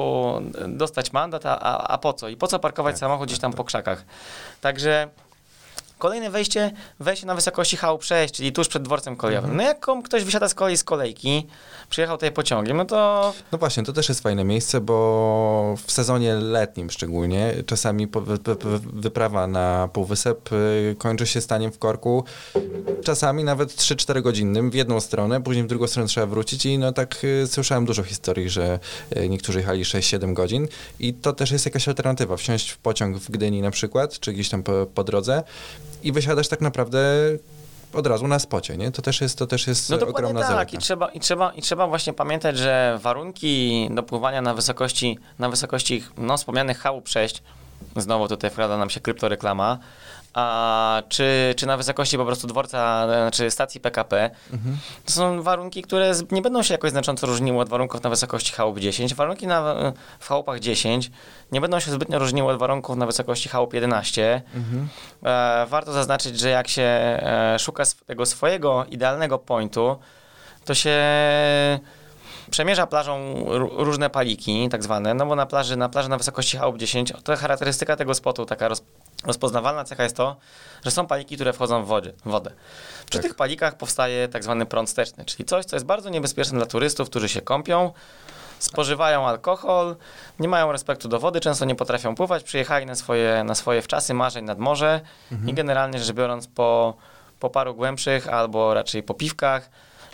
dostać mandat, a, a, a po co? I po co parkować Tak, samochód gdzieś tam po krzakach? Także kolejne wejście, wejście na wysokości chałup sześć, czyli tuż przed dworcem kolejowym. No jak kom- ktoś wysiada z kolei z kolejki, przyjechał tutaj pociągiem, no to No właśnie, to też jest fajne miejsce, bo w sezonie letnim szczególnie czasami po- wy- wy- wyprawa na Półwysep y, kończy się staniem w korku, czasami nawet trzy cztery godzinnym w jedną stronę, później w drugą stronę trzeba wrócić i no tak y, słyszałem dużo historii, że y, niektórzy jechali sześć siedem godzin i to też jest jakaś alternatywa, wsiąść w pociąg w Gdyni na przykład, czy gdzieś tam po, po drodze i wysiadasz tak naprawdę od razu na spocie, nie? To też jest, to też jest No dokładnie ogromna tak. zaleta. I trzeba, i, trzeba, I trzeba właśnie pamiętać, że warunki do pływania na wysokości, na wysokości no, wspomnianych chałup sześć, znowu tutaj wkrada nam się kryptoreklama, a, czy, czy na wysokości po prostu dworca, czy stacji P K P, Mhm. to są warunki, które z- nie będą się jakoś znacząco różniły od warunków na wysokości chałup dziesięć. Warunki na, w chałupach dziesięć nie będą się zbytnio różniły od warunków na wysokości chałup jedenaście. Mhm. E, warto zaznaczyć, że jak się e, szuka sw- tego swojego idealnego pointu, to się przemierza plażą r- różne paliki, tak zwane, no bo na plaży, na plaży na wysokości chałup dziesięć, to charakterystyka tego spotu, taka roz, rozpoznawalna cecha jest to, że są paliki, które wchodzą w wodzie, w wodę. Przy Tak. tych palikach powstaje tak zwany prąd steczny, czyli coś, co jest bardzo niebezpieczne dla turystów, którzy się kąpią, spożywają alkohol, nie mają respektu do wody, często nie potrafią pływać, przyjechali na swoje, na swoje wczasy marzeń nad morze i generalnie rzecz biorąc po, po paru głębszych albo raczej po piwkach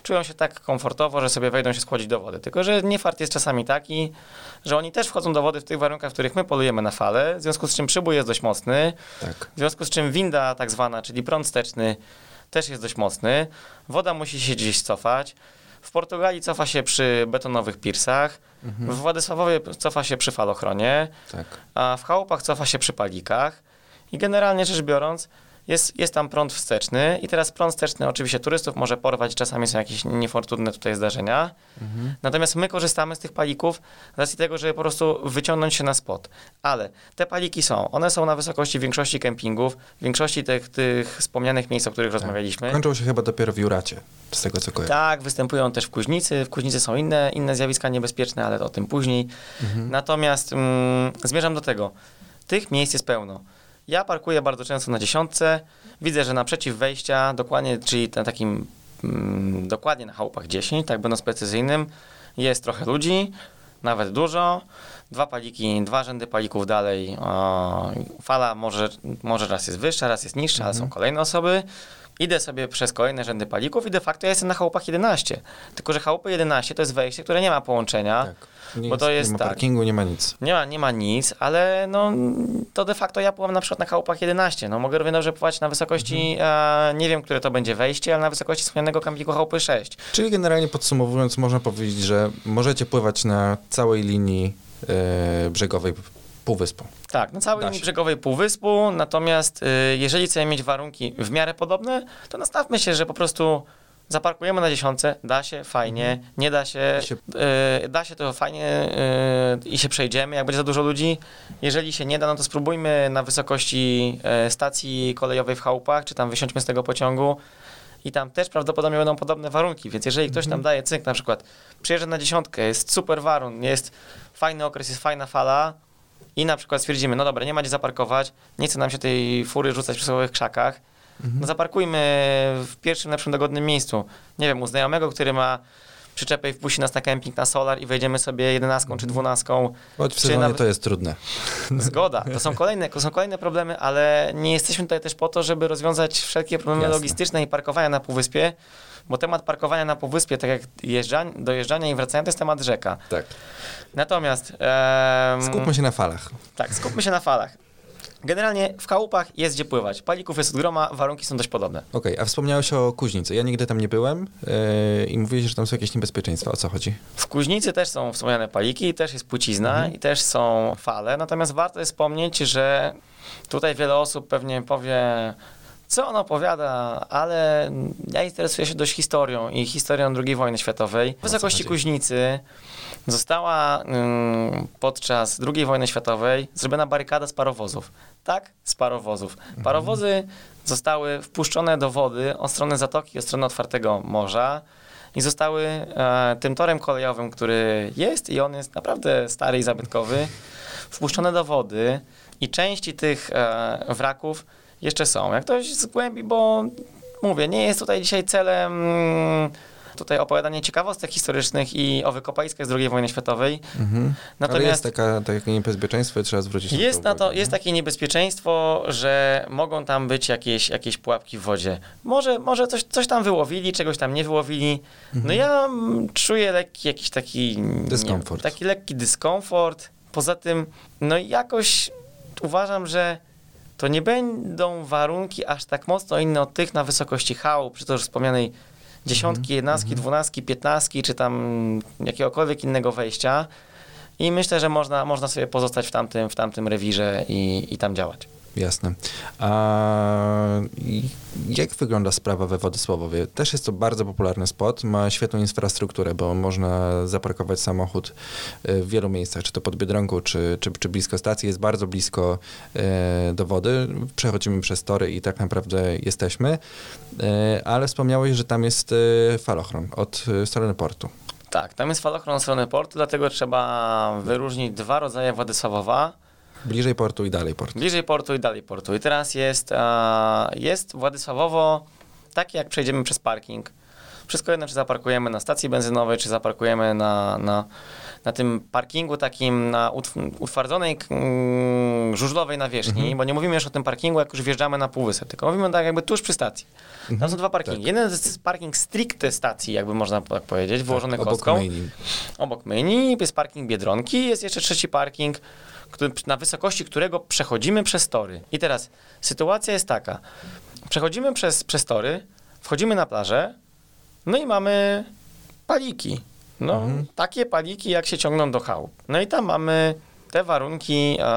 czują się tak komfortowo, że sobie wejdą się schłodzić do wody. Tylko że niefart jest czasami taki, że oni też wchodzą do wody w tych warunkach, w których my polujemy na fale, w związku z czym przybój jest dość mocny, Tak. w związku z czym winda tak zwana, czyli prąd wsteczny też jest dość mocny. Woda musi się gdzieś cofać. W Portugalii cofa się przy betonowych pirsach, Mhm. w Władysławowie cofa się przy falochronie, Tak. a w chałupach cofa się przy palikach. I generalnie rzecz biorąc, jest, jest tam prąd wsteczny i teraz prąd wsteczny oczywiście turystów może porwać, czasami są jakieś niefortunne tutaj zdarzenia. Mhm. Natomiast my korzystamy z tych palików z racji tego, żeby po prostu wyciągnąć się na spot. Ale te paliki są, one są na wysokości większości kempingów, większości tych, tych wspomnianych miejsc, o których rozmawialiśmy. Kończą się chyba dopiero w Juracie, z tego co kojarzę. Tak, występują też w Kuźnicy. W Kuźnicy są inne, inne zjawiska niebezpieczne, ale o tym później. Mhm. Natomiast mm, zmierzam do tego. Tych miejsc jest pełno. Ja parkuję bardzo często na dziesiątce. Widzę, że naprzeciw wejścia, dokładnie, czyli na takim, mm, dokładnie na chałupach dziesięć, tak będąc precyzyjnym, jest trochę ludzi, nawet dużo. Dwa paliki, dwa rzędy palików dalej. O, fala może, może raz jest wyższa, raz jest niższa, ale są kolejne osoby. Idę sobie przez kolejne rzędy palików i de facto ja jestem na chałupach jedenaście. Tylko że chałupy jedenaście to jest wejście, które nie ma połączenia. Tak. Nie, Bo to jest, jest nie ma tak. parkingu, nie ma nic. Nie ma, nie ma nic, ale no, to de facto ja pływam na przykład na chałupach jedenaście. No, mogę równie dobrze pływać na wysokości, e, nie wiem, które to będzie wejście, ale na wysokości wspomnianego kempingu chałupy sześć. Czyli generalnie podsumowując, można powiedzieć, że możecie pływać na całej linii e, brzegowej półwyspu. Tak, na całej Da linii się. brzegowej półwyspu, natomiast y, jeżeli chcemy mieć warunki w miarę podobne, to nastawmy się, że po prostu zaparkujemy na dziesiątce, da się, fajnie, nie da się, I się- y, da się to fajnie y, i się przejdziemy, jak będzie za dużo ludzi. Jeżeli się nie da, no to spróbujmy na wysokości y, stacji kolejowej w chałupach, czy tam wysiądźmy z tego pociągu i tam też prawdopodobnie będą podobne warunki, więc jeżeli ktoś tam daje cynk, na przykład przyjeżdża na dziesiątkę, jest super warun, jest fajny okres, jest fajna fala, i na przykład stwierdzimy, no dobra, nie ma gdzie zaparkować, nie chce nam się tej fury rzucać przy sobie w krzakach, no zaparkujmy w pierwszym, lepszym, dogodnym miejscu. Nie wiem, u znajomego, który ma przyczepę i wpuści nas na kemping na solar i wejdziemy sobie jedenastką czy dwunastką. Choć w Czy sezonie nawet- to jest trudne. Zgoda, to są kolejne, to są kolejne problemy, ale nie jesteśmy tutaj też po to, żeby rozwiązać wszelkie problemy Jasne. logistyczne i parkowania na półwyspie, bo temat parkowania na półwyspie, tak jak jeżdżań, dojeżdżania i wracania, to jest temat rzeka. Tak. Natomiast... em, Skupmy się na falach. Tak, skupmy się na falach. Generalnie w chałupach jest gdzie pływać. Palików jest od groma, warunki są dość podobne. Okej, a wspomniałeś o Kuźnicy. Ja nigdy tam nie byłem yy, i mówiłeś, że tam są jakieś niebezpieczeństwa. O co chodzi? W Kuźnicy też są wspomniane paliki, też jest płcizna Mhm. i też są fale. Natomiast warto jest wspomnieć, że tutaj wiele osób pewnie powie, co on opowiada, ale ja interesuję się dość historią i historią drugiej wojny światowej. W co wysokości chodzi? Kuźnicy została ym, podczas drugiej wojny światowej zrobiona barykada z parowozów. Tak, z parowozów. Parowozy zostały wpuszczone do wody od strony zatoki, od strony otwartego morza i zostały e, tym torem kolejowym, który jest i on jest naprawdę stary i zabytkowy, wpuszczone do wody i części tych e, wraków jeszcze są. Jak ktoś zgłębi, bo mówię, nie jest tutaj dzisiaj celem mm, tutaj opowiadanie ciekawostek historycznych i o wykopaliskach z drugiej wojny światowej. Mhm. Ale Natomiast jest taka, takie niebezpieczeństwo i trzeba zwrócić jest, na na to to, uwagę, jest nie? takie niebezpieczeństwo, że mogą tam być jakieś, jakieś pułapki w wodzie. Może, może coś, coś tam wyłowili, czegoś tam nie wyłowili. No ja mm, czuję lekki jakiś taki... nie wiem, Dyskomfort. taki lekki dyskomfort. Poza tym, no i jakoś uważam, że to nie będą warunki aż tak mocno inne od tych na wysokości chałup, przy to już wspomnianej dziesiątki, jednastki, dwunastki, piętnastki, czy tam jakiegokolwiek innego wejścia. I myślę, że można, można sobie pozostać w tamtym, w tamtym rewirze i, i tam działać. Jasne. A i jak wygląda sprawa we Władysławowie? Też jest to bardzo popularny spot, ma świetną infrastrukturę, bo można zaparkować samochód w wielu miejscach, czy to pod Biedronką, czy, czy, czy blisko stacji. Jest bardzo blisko e, do wody. Przechodzimy przez tory i tak naprawdę jesteśmy. E, ale wspomniałeś, że tam jest e, falochron od e, strony portu. Tak, tam jest falochron od strony portu, dlatego trzeba wyróżnić dwa rodzaje Władysławowa. Bliżej portu i dalej portu. Bliżej portu i dalej portu. I teraz jest, e, jest Władysławowo, takie jak przejdziemy przez parking. Wszystko jedno, czy zaparkujemy na stacji benzynowej, czy zaparkujemy na, na, na tym parkingu takim na utw- utwardzonej mm, żużlowej nawierzchni, mhm. bo nie mówimy już o tym parkingu, jak już wjeżdżamy na półwysep, tylko mówimy tak jakby tuż przy stacji. Mhm. Tam są dwa parkingi. Tak. Jeden to jest parking stricte stacji, jakby można tak powiedzieć, wyłożony tak, kostką. Obok myjni. Obok myjni jest parking Biedronki, jest jeszcze trzeci parking, który, na wysokości którego przechodzimy przez tory. I teraz sytuacja jest taka. Przechodzimy przez, przez tory, wchodzimy na plażę, no i mamy paliki. No, mhm. takie paliki, jak się ciągną do chałup. No i tam mamy te warunki e,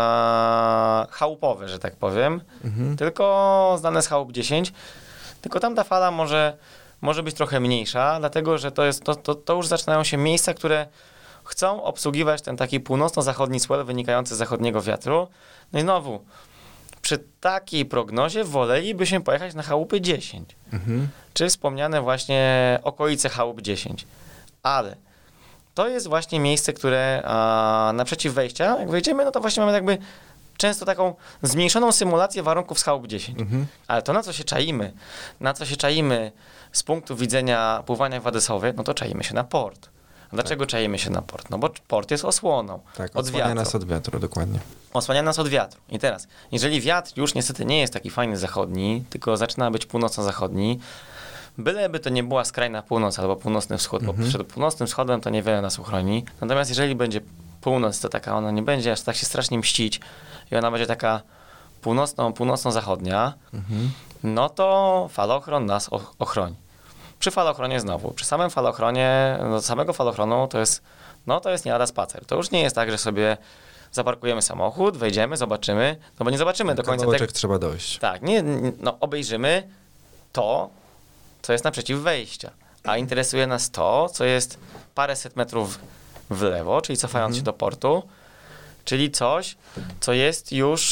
chałupowe, że tak powiem, mhm. tylko znane z chałup dziesięć, tylko tam ta fala może, może być trochę mniejsza, dlatego, że to, jest, to, to, to już zaczynają się miejsca, które chcą obsługiwać ten taki północno-zachodni swell wynikający z zachodniego wiatru. No i znowu, przy takiej prognozie wolelibyśmy pojechać na chałupy dziesięć. Mhm. Czy wspomniane właśnie okolice chałup dziesięć. Ale to jest właśnie miejsce, które a, naprzeciw wejścia, jak wejdziemy, no to właśnie mamy jakby często taką zmniejszoną symulację warunków z chałup dziesięć. Mhm. Ale to, na co się czaimy, na co się czaimy z punktu widzenia pływania w Władysławowie, no to czaimy się na port. A dlaczego tak. czaimy się na port? No bo port jest osłoną tak, od osłania wiatru. nas od wiatru, dokładnie. Osłania nas od wiatru. I teraz, jeżeli wiatr już niestety nie jest taki fajny zachodni, tylko zaczyna być północno-zachodni, byleby to nie była skrajna północ albo północny wschód, mhm. bo przed północnym wschodem to niewiele nas uchroni. Natomiast jeżeli będzie północ, to taka ona nie będzie aż tak się strasznie mścić i ona będzie taka północno, północno-zachodnia, mhm. no to falochron nas ochroni. Przy falochronie znowu, przy samym falochronie, do samego falochronu to jest, no to jest nie lada spacer. To już nie jest tak, że sobie zaparkujemy samochód, wejdziemy, zobaczymy, no bo nie zobaczymy do końca tego. trzeba dojść. Tak, nie, no obejrzymy to, co jest naprzeciw wejścia, a interesuje nas to, co jest paręset metrów w lewo, czyli cofając mhm. się do portu, czyli coś, co jest już,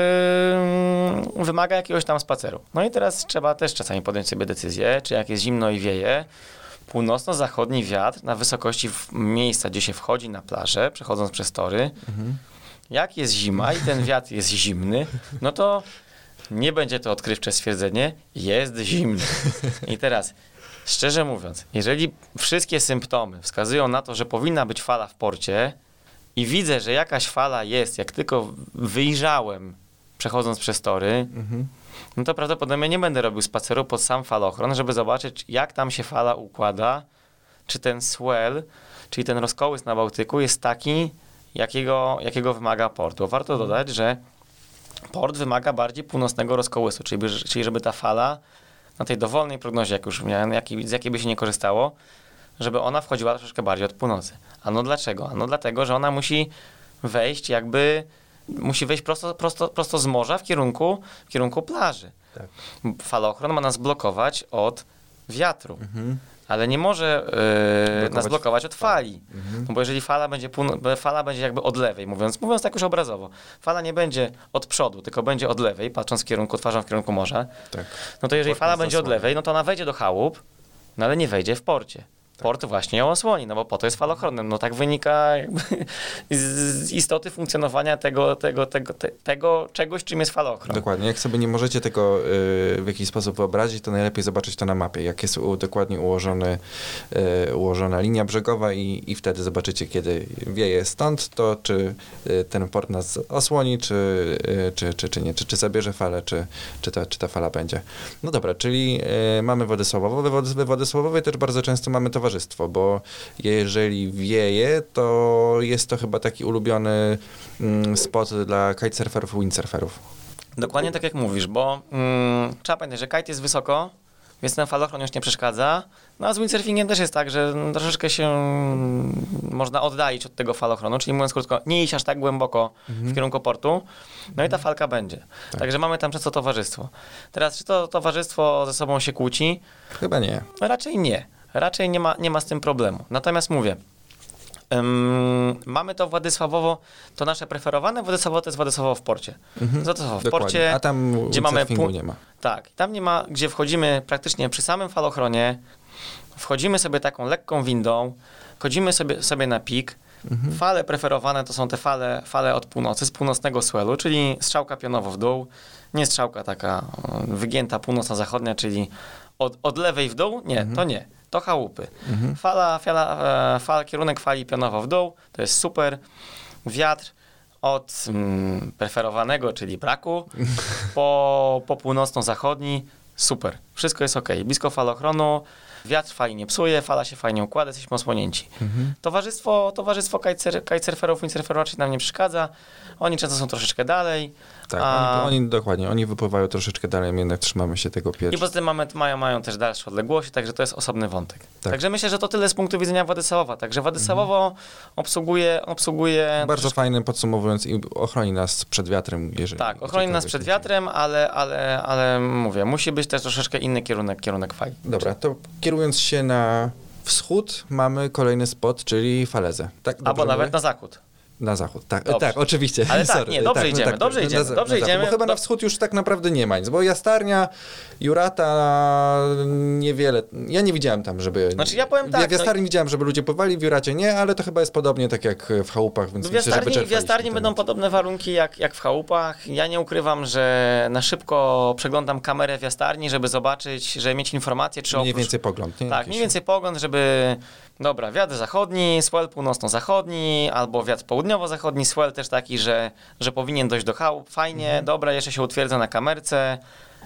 yy, wymaga jakiegoś tam spaceru. No i teraz trzeba też czasami podjąć sobie decyzję, czy jak jest zimno i wieje, północno-zachodni wiatr na wysokości miejsca, gdzie się wchodzi na plażę, przechodząc przez tory, mhm. jak jest zima i ten wiatr jest zimny, no to nie będzie to odkrywcze stwierdzenie, jest zimny. I teraz, szczerze mówiąc, jeżeli wszystkie symptomy wskazują na to, że powinna być fala w porcie i widzę, że jakaś fala jest, jak tylko wyjrzałem, przechodząc przez tory, mhm. no to prawdopodobnie nie będę robił spaceru pod sam falochron, żeby zobaczyć, jak tam się fala układa, czy ten swell, czyli ten rozkołys na Bałtyku jest taki, jakiego, jakiego wymaga port. Bo warto dodać, że port wymaga bardziej północnego rozkołysu, czyli, czyli żeby ta fala na tej dowolnej prognozie, jak już miałem, jak, z jakiej by się nie korzystało, żeby ona wchodziła troszeczkę bardziej od północy. A no dlaczego? A no dlatego, że ona musi wejść jakby, musi wejść prosto, prosto, prosto z morza w kierunku, w kierunku plaży. Tak. Falochron ma nas blokować od wiatru. Mhm. Ale nie może yy, blokować nas blokować od fali. Mhm. No bo jeżeli fala będzie, pół- fala będzie jakby od lewej, mówiąc, mówiąc tak już obrazowo, fala nie będzie od przodu, tylko będzie od lewej, patrząc w kierunku, twarzą w kierunku morza, tak. no to jeżeli Port fala będzie od lewej, no to ona wejdzie do chałup, no ale nie wejdzie w porcie. Port właśnie ją osłoni, no bo po to jest falochronem. No tak wynika jakby z istoty funkcjonowania tego, tego, tego, te, tego czegoś, czym jest falochron. Dokładnie. Jak sobie nie możecie tego y, w jakiś sposób wyobrazić, to najlepiej zobaczyć to na mapie. Jak jest u, dokładnie ułożony, y, ułożona linia brzegowa i, i wtedy zobaczycie, kiedy wieje stąd, to czy y, ten port nas osłoni, czy, y, czy, czy, czy nie. Czy, czy zabierze falę, czy, czy, ta, czy ta fala będzie. No dobra, czyli y, mamy Władysławowo. We Władysławowie też bardzo często mamy towarzystwo. Bo jeżeli wieje, to jest to chyba taki ulubiony mm, spot dla kitesurferów i windsurferów. Dokładnie tak jak mówisz, bo mm, trzeba pamiętać, że kite jest wysoko, więc ten falochron już nie przeszkadza. No a z windsurfingiem też jest tak, że troszeczkę się mm, można oddalić od tego falochronu, czyli mówiąc krótko, nie iść aż tak głęboko mhm. w kierunku portu, no i ta falka będzie. Tak. Także mamy tam często towarzystwo. Teraz, czy to towarzystwo ze sobą się kłóci? Chyba nie. Raczej nie. Raczej nie ma, nie ma z tym problemu. Natomiast mówię, um, mamy to Władysławowo, to nasze preferowane Władysławowo to jest Władysławowo w porcie. Mhm, Władysławowo w porcie, a tam gdzie mamy pu- nie ma. Tak, tam nie ma, gdzie wchodzimy praktycznie przy samym falochronie, wchodzimy sobie taką lekką windą, chodzimy sobie, sobie na pik, Mhm. Fale preferowane to są te fale, fale od północy, z północnego swellu, czyli strzałka pionowo w dół, nie strzałka taka wygięta północno-zachodnia, czyli od, od lewej w dół, nie, mhm. to nie, to chałupy. Mhm. Fala, fala, fala, kierunek fali pionowo w dół, to jest super. Wiatr od mm, preferowanego, czyli braku, po, po północno-zachodni, super. Wszystko jest ok. Blisko falochronu, wiatr fali nie psuje, fala się fajnie układa, jesteśmy osłonięci. Mhm. Towarzystwo, towarzystwo kitesurf, kitesurferów, windsurferów raczej nam nie przeszkadza. Oni często są troszeczkę dalej. Tak, a... oni, oni dokładnie, oni wypływają troszeczkę dalej, my jednak trzymamy się tego pierwszego. I poza tym mamy, mają, mają też dalsze odległości, także to jest osobny wątek. Tak. Także myślę, że to tyle z punktu widzenia Władysławowa. Także Władysławowo mhm. obsługuje, obsługuje... Bardzo troszeczkę... fajny, podsumowując, i ochroni nas przed wiatrem. Jeżeli tak, ochroni nas przed wiatrem, ale, ale, ale mówię, musi być też troszeczkę inny kierunek, kierunek fali. Dobra, to kierując się na wschód, mamy kolejny spot, czyli falezę. Tak, albo nawet mówię? Na zachód. Na zachód, tak, tak, oczywiście. Ale tak, Sorry, nie, dobrze tak, idziemy, no tak, dobrze na, idziemy, na, dobrze na idziemy. Bo chyba do... na wschód już tak naprawdę nie ma nic, bo Jastarnia, Jurata niewiele, ja nie widziałem tam, żeby... Znaczy ja powiem tak... W Jastarni no... widziałem, żeby ludzie pływali, w Juracie nie, ale to chyba jest podobnie tak jak w chałupach, więc w Jastarni, myślę, żeby w Jastarni będą podobne warunki jak, jak w chałupach. Ja nie ukrywam, że na szybko przeglądam kamerę w Jastarni, żeby zobaczyć, żeby mieć informację, czy Mniej oprócz... więcej pogląd, nie? Tak, Jakiś... mniej więcej pogląd, żeby... Dobra, wiatr zachodni, swell północno-zachodni, albo wiatr południowo-zachodni, swell też taki, że, że powinien dojść do chałup. Fajnie, mhm. dobra, jeszcze się utwierdza na kamerce.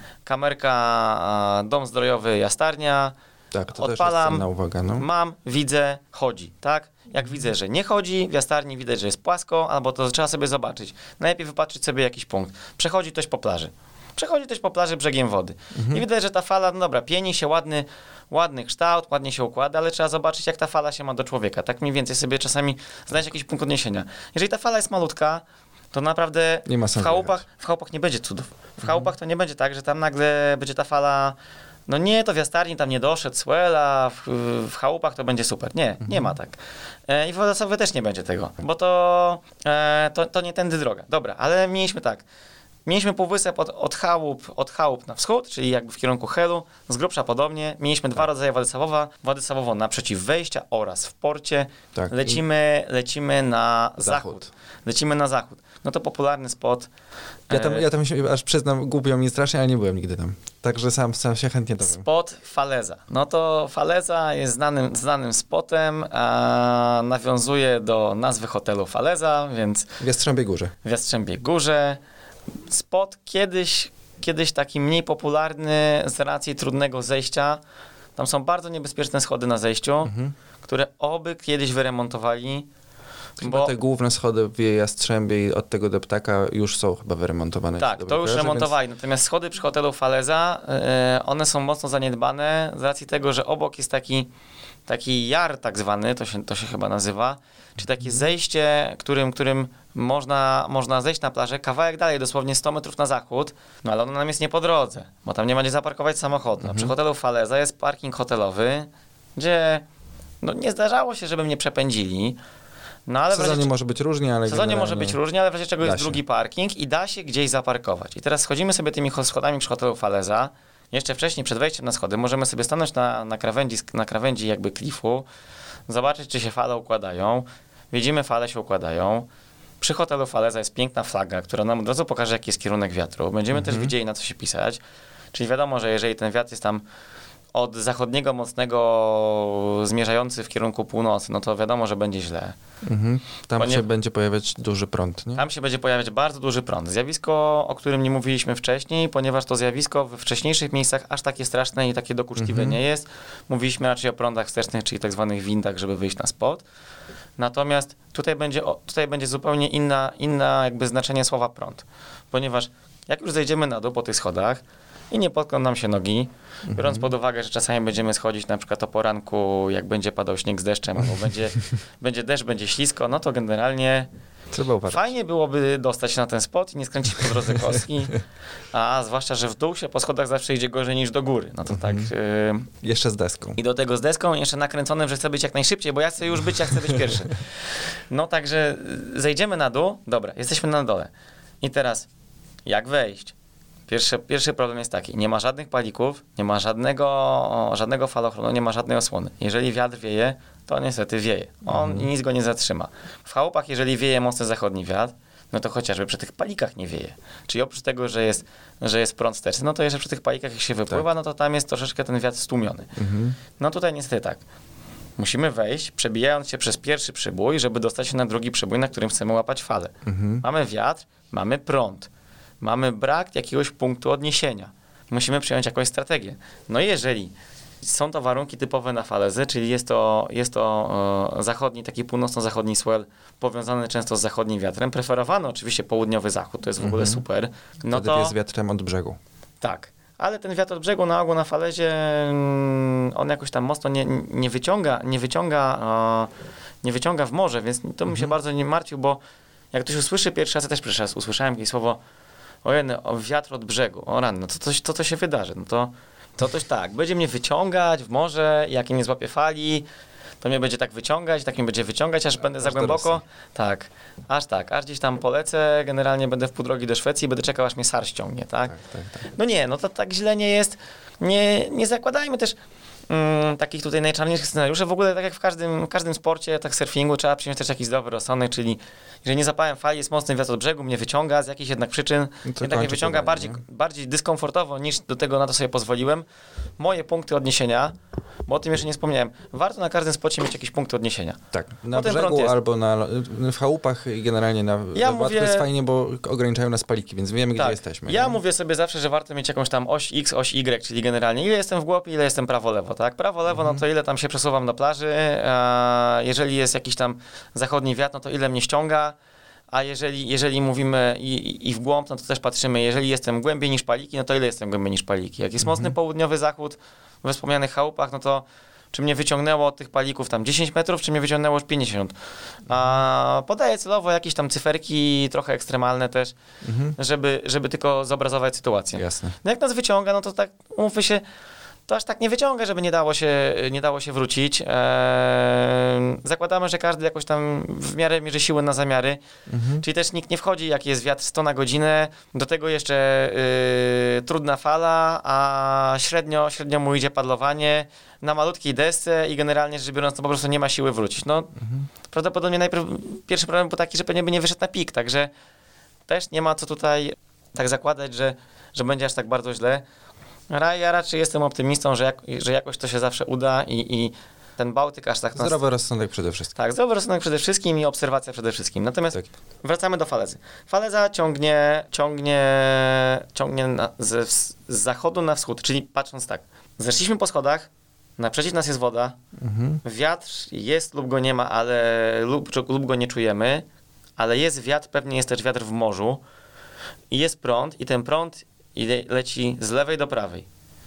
Kamerka, dom zdrojowy Jastarnia. Tak, to odpalam, też jest cenna uwaga, no. Mam, widzę, chodzi, tak? Jak widzę, że nie chodzi, w Jastarni widać, że jest płasko, albo to trzeba sobie zobaczyć. Najlepiej wypatrzyć sobie jakiś punkt. Przechodzi ktoś po plaży. Przechodzi też po plaży brzegiem wody. Mhm. I widać, że ta fala, no dobra, pieni się, ładny, ładny kształt, ładnie się układa, ale trzeba zobaczyć, jak ta fala się ma do człowieka. Tak mniej więcej sobie czasami znaleźć jakiś punkt odniesienia. Jeżeli ta fala jest malutka, to naprawdę nie ma w chałupach, w chałupach nie będzie cudów. W mhm. chałupach to nie będzie tak, że tam nagle będzie ta fala, no nie, to w Jastarni tam nie doszedł swell, a w, w chałupach to będzie super. Nie, mhm. nie ma tak. E, I w Władysławowie też nie będzie tego, bo to, e, to, to nie tędy droga. Dobra, ale mieliśmy tak. Mieliśmy półwysep od, od, chałup, od chałup na wschód, czyli jakby w kierunku Helu, z grubsza podobnie. Mieliśmy dwa rodzaje Władysławowa. Władysławowo naprzeciw wejścia oraz w porcie. Tak. Lecimy, lecimy na zachód. zachód. Lecimy na zachód. No to popularny spot. Ja tam, ja tam się aż przyznam, głupio mi strasznie, ale nie byłem nigdy tam. Także sam, sam się chętnie dowiem. Spot Faleza. No to Faleza jest znanym, znanym spotem, a nawiązuje do nazwy hotelu Faleza, więc... W Jastrzębiej Górze. W Jastrzębiej Górze. Spot kiedyś, kiedyś taki mniej popularny z racji trudnego zejścia. Tam są bardzo niebezpieczne schody na zejściu, mhm. które oby kiedyś wyremontowali. Chyba bo te główne schody w Jastrzębiej od tego deptaka już są chyba wyremontowane. Tak, to już kojarzę, remontowali. Więc... Natomiast schody przy hotelu Faleza, yy, one są mocno zaniedbane z racji tego, że obok jest taki, taki jar tak zwany, to się, to się chyba nazywa, czyli takie mhm. zejście, którym, którym można, można zejść na plażę, kawałek dalej, dosłownie sto metrów na zachód, no ale ono nam jest nie po drodze, bo tam nie ma gdzie zaparkować samochodu. Mhm. Przy hotelu Faleza jest parking hotelowy, gdzie no, nie zdarzało się, żeby mnie przepędzili. No, ale w sezonie razie, może być różnie, ale... W sezonie może być różnie, ale w razie czego jest się. drugi parking i da się gdzieś zaparkować. I teraz schodzimy sobie tymi schodami przy hotelu Faleza. Jeszcze wcześniej, przed wejściem na schody, możemy sobie stanąć na, na, krawędzi, na krawędzi jakby klifu, zobaczyć, czy się fale układają. Widzimy, fale się układają. Przy hotelu Faleza jest piękna flaga, która nam od razu pokaże, jaki jest kierunek wiatru. Będziemy mhm. też widzieli, na co się pisać. Czyli wiadomo, że jeżeli ten wiatr jest tam od zachodniego mocnego zmierzający w kierunku północy, no to wiadomo, że będzie źle. Mhm. Tam Ponieważ się będzie pojawiać duży prąd, nie? Tam się będzie pojawiać bardzo duży prąd. Zjawisko, o którym nie mówiliśmy wcześniej, ponieważ to zjawisko we wcześniejszych miejscach aż takie straszne i takie dokuczliwe mhm. nie jest. Mówiliśmy raczej o prądach wstecznych, czyli tak zwanych windach, żeby wyjść na spot. Natomiast tutaj będzie, tutaj będzie zupełnie inna, inna jakby znaczenie słowa prąd. Ponieważ jak już zejdziemy na dół po tych schodach, i nie potkną nam się nogi, mhm. biorąc pod uwagę, że czasami będziemy schodzić na przykład o poranku, jak będzie padał śnieg z deszczem, albo będzie, będzie deszcz, będzie ślisko, no to generalnie trzeba uważać. Fajnie byłoby dostać się na ten spot i nie skręcić po drodze kostki, a zwłaszcza, że w dół się po schodach zawsze idzie gorzej niż do góry. No to mhm. tak... Yy... Jeszcze z deską. I do tego z deską, jeszcze nakręconym, że chcę być jak najszybciej, bo ja chcę już być, ja chcę być pierwszy. No także zejdziemy na dół, dobra, jesteśmy na dole. I teraz, jak wejść? Pierwszy, pierwszy problem jest taki, nie ma żadnych palików, nie ma żadnego, żadnego falochronu, nie ma żadnej osłony. Jeżeli wiatr wieje, to niestety wieje. On Mhm. nic go nie zatrzyma. W chałupach, jeżeli wieje mocny zachodni wiatr, no to chociażby przy tych palikach nie wieje. Czyli oprócz tego, że jest, że jest prąd wsteczny, no to jeszcze przy tych palikach jak się wypływa, Tak. no to tam jest troszeczkę ten wiatr stłumiony. Mhm. No tutaj niestety tak. Musimy wejść, przebijając się przez pierwszy przybój, żeby dostać się na drugi przybój, na którym chcemy łapać falę. Mhm. Mamy wiatr, mamy prąd, mamy brak jakiegoś punktu odniesienia. Musimy przyjąć jakąś strategię. No i jeżeli są to warunki typowe na falezy, czyli jest to, jest to e, zachodni, taki północno-zachodni swell powiązany często z zachodnim wiatrem, preferowany oczywiście południowy zachód, to jest w ogóle Mhm. super. No Wtedy to jest wiatrem od brzegu. tak. Ale ten wiatr od brzegu na ogół na falezie, mm, on jakoś tam mocno nie, nie wyciąga, nie wyciąga, e, nie wyciąga w morze, więc to bym się Mhm. bardzo nie martwił, bo jak ktoś usłyszy pierwszy raz, ja też pierwszy raz usłyszałem jakieś słowo, ojej, o wiatr od brzegu, o rany, no to coś, to, to się wydarzy, no to, to coś tak, będzie mnie wyciągać w morze, jak nie złapie fali, to mnie będzie tak wyciągać, tak mnie będzie wyciągać, aż będę za Aż do głęboko. Rosji. Tak, aż tak, aż gdzieś tam polecę, generalnie będę w pół drogi do Szwecji i będę czekał, aż mnie S A R ściągnie, tak? Tak, tak, tak. No nie, no to tak źle nie jest. Nie, nie zakładajmy też mm, takich tutaj najczarniejszych scenariuszy. W ogóle tak jak w każdym, w każdym sporcie, tak surfingu, trzeba przyjąć też jakiś zdrowy rozsądek, czyli jeżeli nie zapałem fali, jest mocny wiatr od brzegu, mnie wyciąga z jakichś jednak przyczyn, No to jednak mnie kończy wyciąga powoli, bardziej, nie? bardziej dyskomfortowo niż do tego na to sobie pozwoliłem. Moje punkty odniesienia, bo o tym jeszcze nie wspomniałem, warto na każdym spocie mieć jakieś punkty odniesienia. Tak, na Potem prąd brzegu jest. albo na, w chałupach i generalnie na Ja na Władku mówię- jest fajnie, bo ograniczają nas paliki, więc wiemy, gdzie Tak. jesteśmy. Ja nie? mówię sobie zawsze, że warto mieć jakąś tam oś X, oś Y, czyli generalnie ile jestem w głąb, ile jestem prawo-lewo, tak? Prawo-lewo, Mhm. no to ile tam się przesuwam do plaży, a jeżeli jest jakiś tam zachodni wiatr, no to ile mnie ściąga, a jeżeli, jeżeli mówimy i, i- i w głąb, no to też patrzymy, jeżeli jestem głębiej niż paliki, no to ile jestem głębiej niż paliki. Jak jest Mhm. mocny południowy zachód we wspomnianych chałupach, no to czy mnie wyciągnęło od tych palików tam dziesięć metrów, czy mnie wyciągnęło już pięćdziesiąt. A podaję celowo jakieś tam cyferki, trochę ekstremalne też, Mhm. żeby, żeby tylko zobrazować sytuację. Jasne. No jak nas wyciąga, no to tak, umówmy się, to aż tak nie wyciąga, żeby nie dało się, nie dało się wrócić. Eee, zakładamy, że każdy jakoś tam w miarę mierzy siły na zamiary, Mhm. czyli też nikt nie wchodzi, jak jest wiatr sto na godzinę, do tego jeszcze yy, trudna fala, a średnio, średnio mu idzie padlowanie na malutkiej desce i generalnie rzecz biorąc, to po prostu nie ma siły wrócić. No, Mhm. prawdopodobnie najpierw pierwszy problem był taki, że pewnie by nie wyszedł na pik, także też nie ma co tutaj tak zakładać, że, że będzie aż tak bardzo źle. Ra- Ja raczej jestem optymistą, że, jak, że jakoś to się zawsze uda i, i ten Bałtyk aż tak nas... Zdrowy rozsądek przede wszystkim. Tak, zdrowy rozsądek przede wszystkim i obserwacja przede wszystkim. Natomiast Tak. wracamy do falezy. Faleza ciągnie, ciągnie, ciągnie na, z, z zachodu na wschód, czyli patrząc tak. Zeszliśmy po schodach, naprzeciw nas jest woda, Mhm. wiatr jest lub go nie ma, ale lub, czy- lub go nie czujemy, ale jest wiatr, pewnie jest też wiatr w morzu i jest prąd i ten prąd ide- leci z lewej do prawej.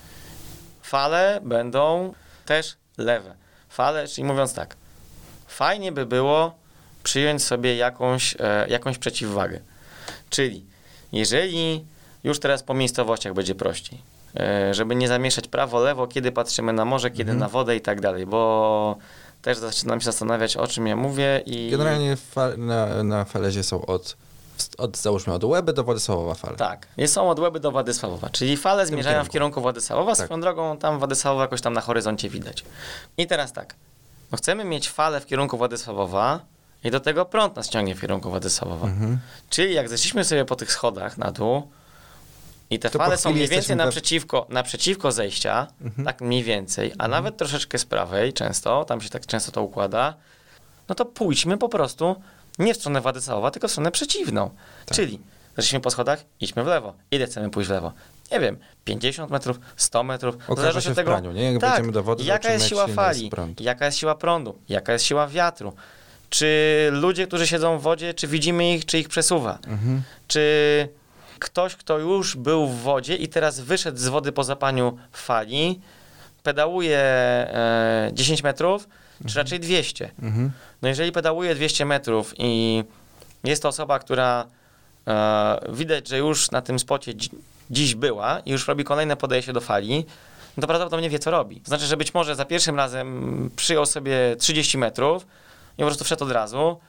Fale będą też lewe. Fale, czyli mówiąc tak, fajnie by było przyjąć sobie jakąś, e, jakąś przeciwwagę. Czyli jeżeli już teraz po miejscowościach będzie prościej, e, żeby nie zamieszać prawo-lewo, kiedy patrzymy na morze, kiedy Mhm. na wodę i tak dalej, bo też zaczynam się zastanawiać, o czym ja mówię i... Generalnie fa- na, na falezie są od, od, załóżmy, od Łeby do Władysławowa fale. Tak, jest są od Łeby do Władysławowa, czyli fale zmierzają kierunku. w kierunku Władysławowa, Tak. swoją drogą tam Władysławowa jakoś tam na horyzoncie widać. I teraz tak, no chcemy mieć falę w kierunku Władysławowa i do tego prąd nas ciągnie w kierunku Władysławowa. Mhm. Czyli jak zeszliśmy sobie po tych schodach na dół i te To po fale są chwili mniej więcej jesteśmy we- naprzeciwko, naprzeciwko zejścia, Mhm. tak mniej więcej, a nawet troszeczkę z prawej często, tam się tak często to układa, no to pójdźmy po prostu nie w stronę Władysławowa, tylko w stronę przeciwną. Tak. Czyli zeszliśmy po schodach, idźmy w lewo. Ile chcemy pójść w lewo? Nie wiem, pięćdziesiąt metrów, sto metrów. Okaże zależy się od w tego, praniu, nie? Jak tak, wejdziemy do wody, jaka zobaczymy, jest jak siła silny jest fali, prąd. jaka jest siła prądu, jaka jest siła wiatru. Czy ludzie, którzy siedzą w wodzie, czy widzimy ich, czy ich przesuwa? Mhm. Czy ktoś, kto już był w wodzie i teraz wyszedł z wody po zapaniu fali, pedałuje e, dziesięć metrów, czy raczej dwieście? Mhm. No jeżeli pedałuje dwieście metrów i jest to osoba, która e, widać, że już na tym spocie dzi- dziś była i już robi kolejne podejście do fali, no to prawdopodobnie wie, co robi. To znaczy, że być może za pierwszym razem przyjął sobie trzydzieści metrów i po prostu wszedł od razu,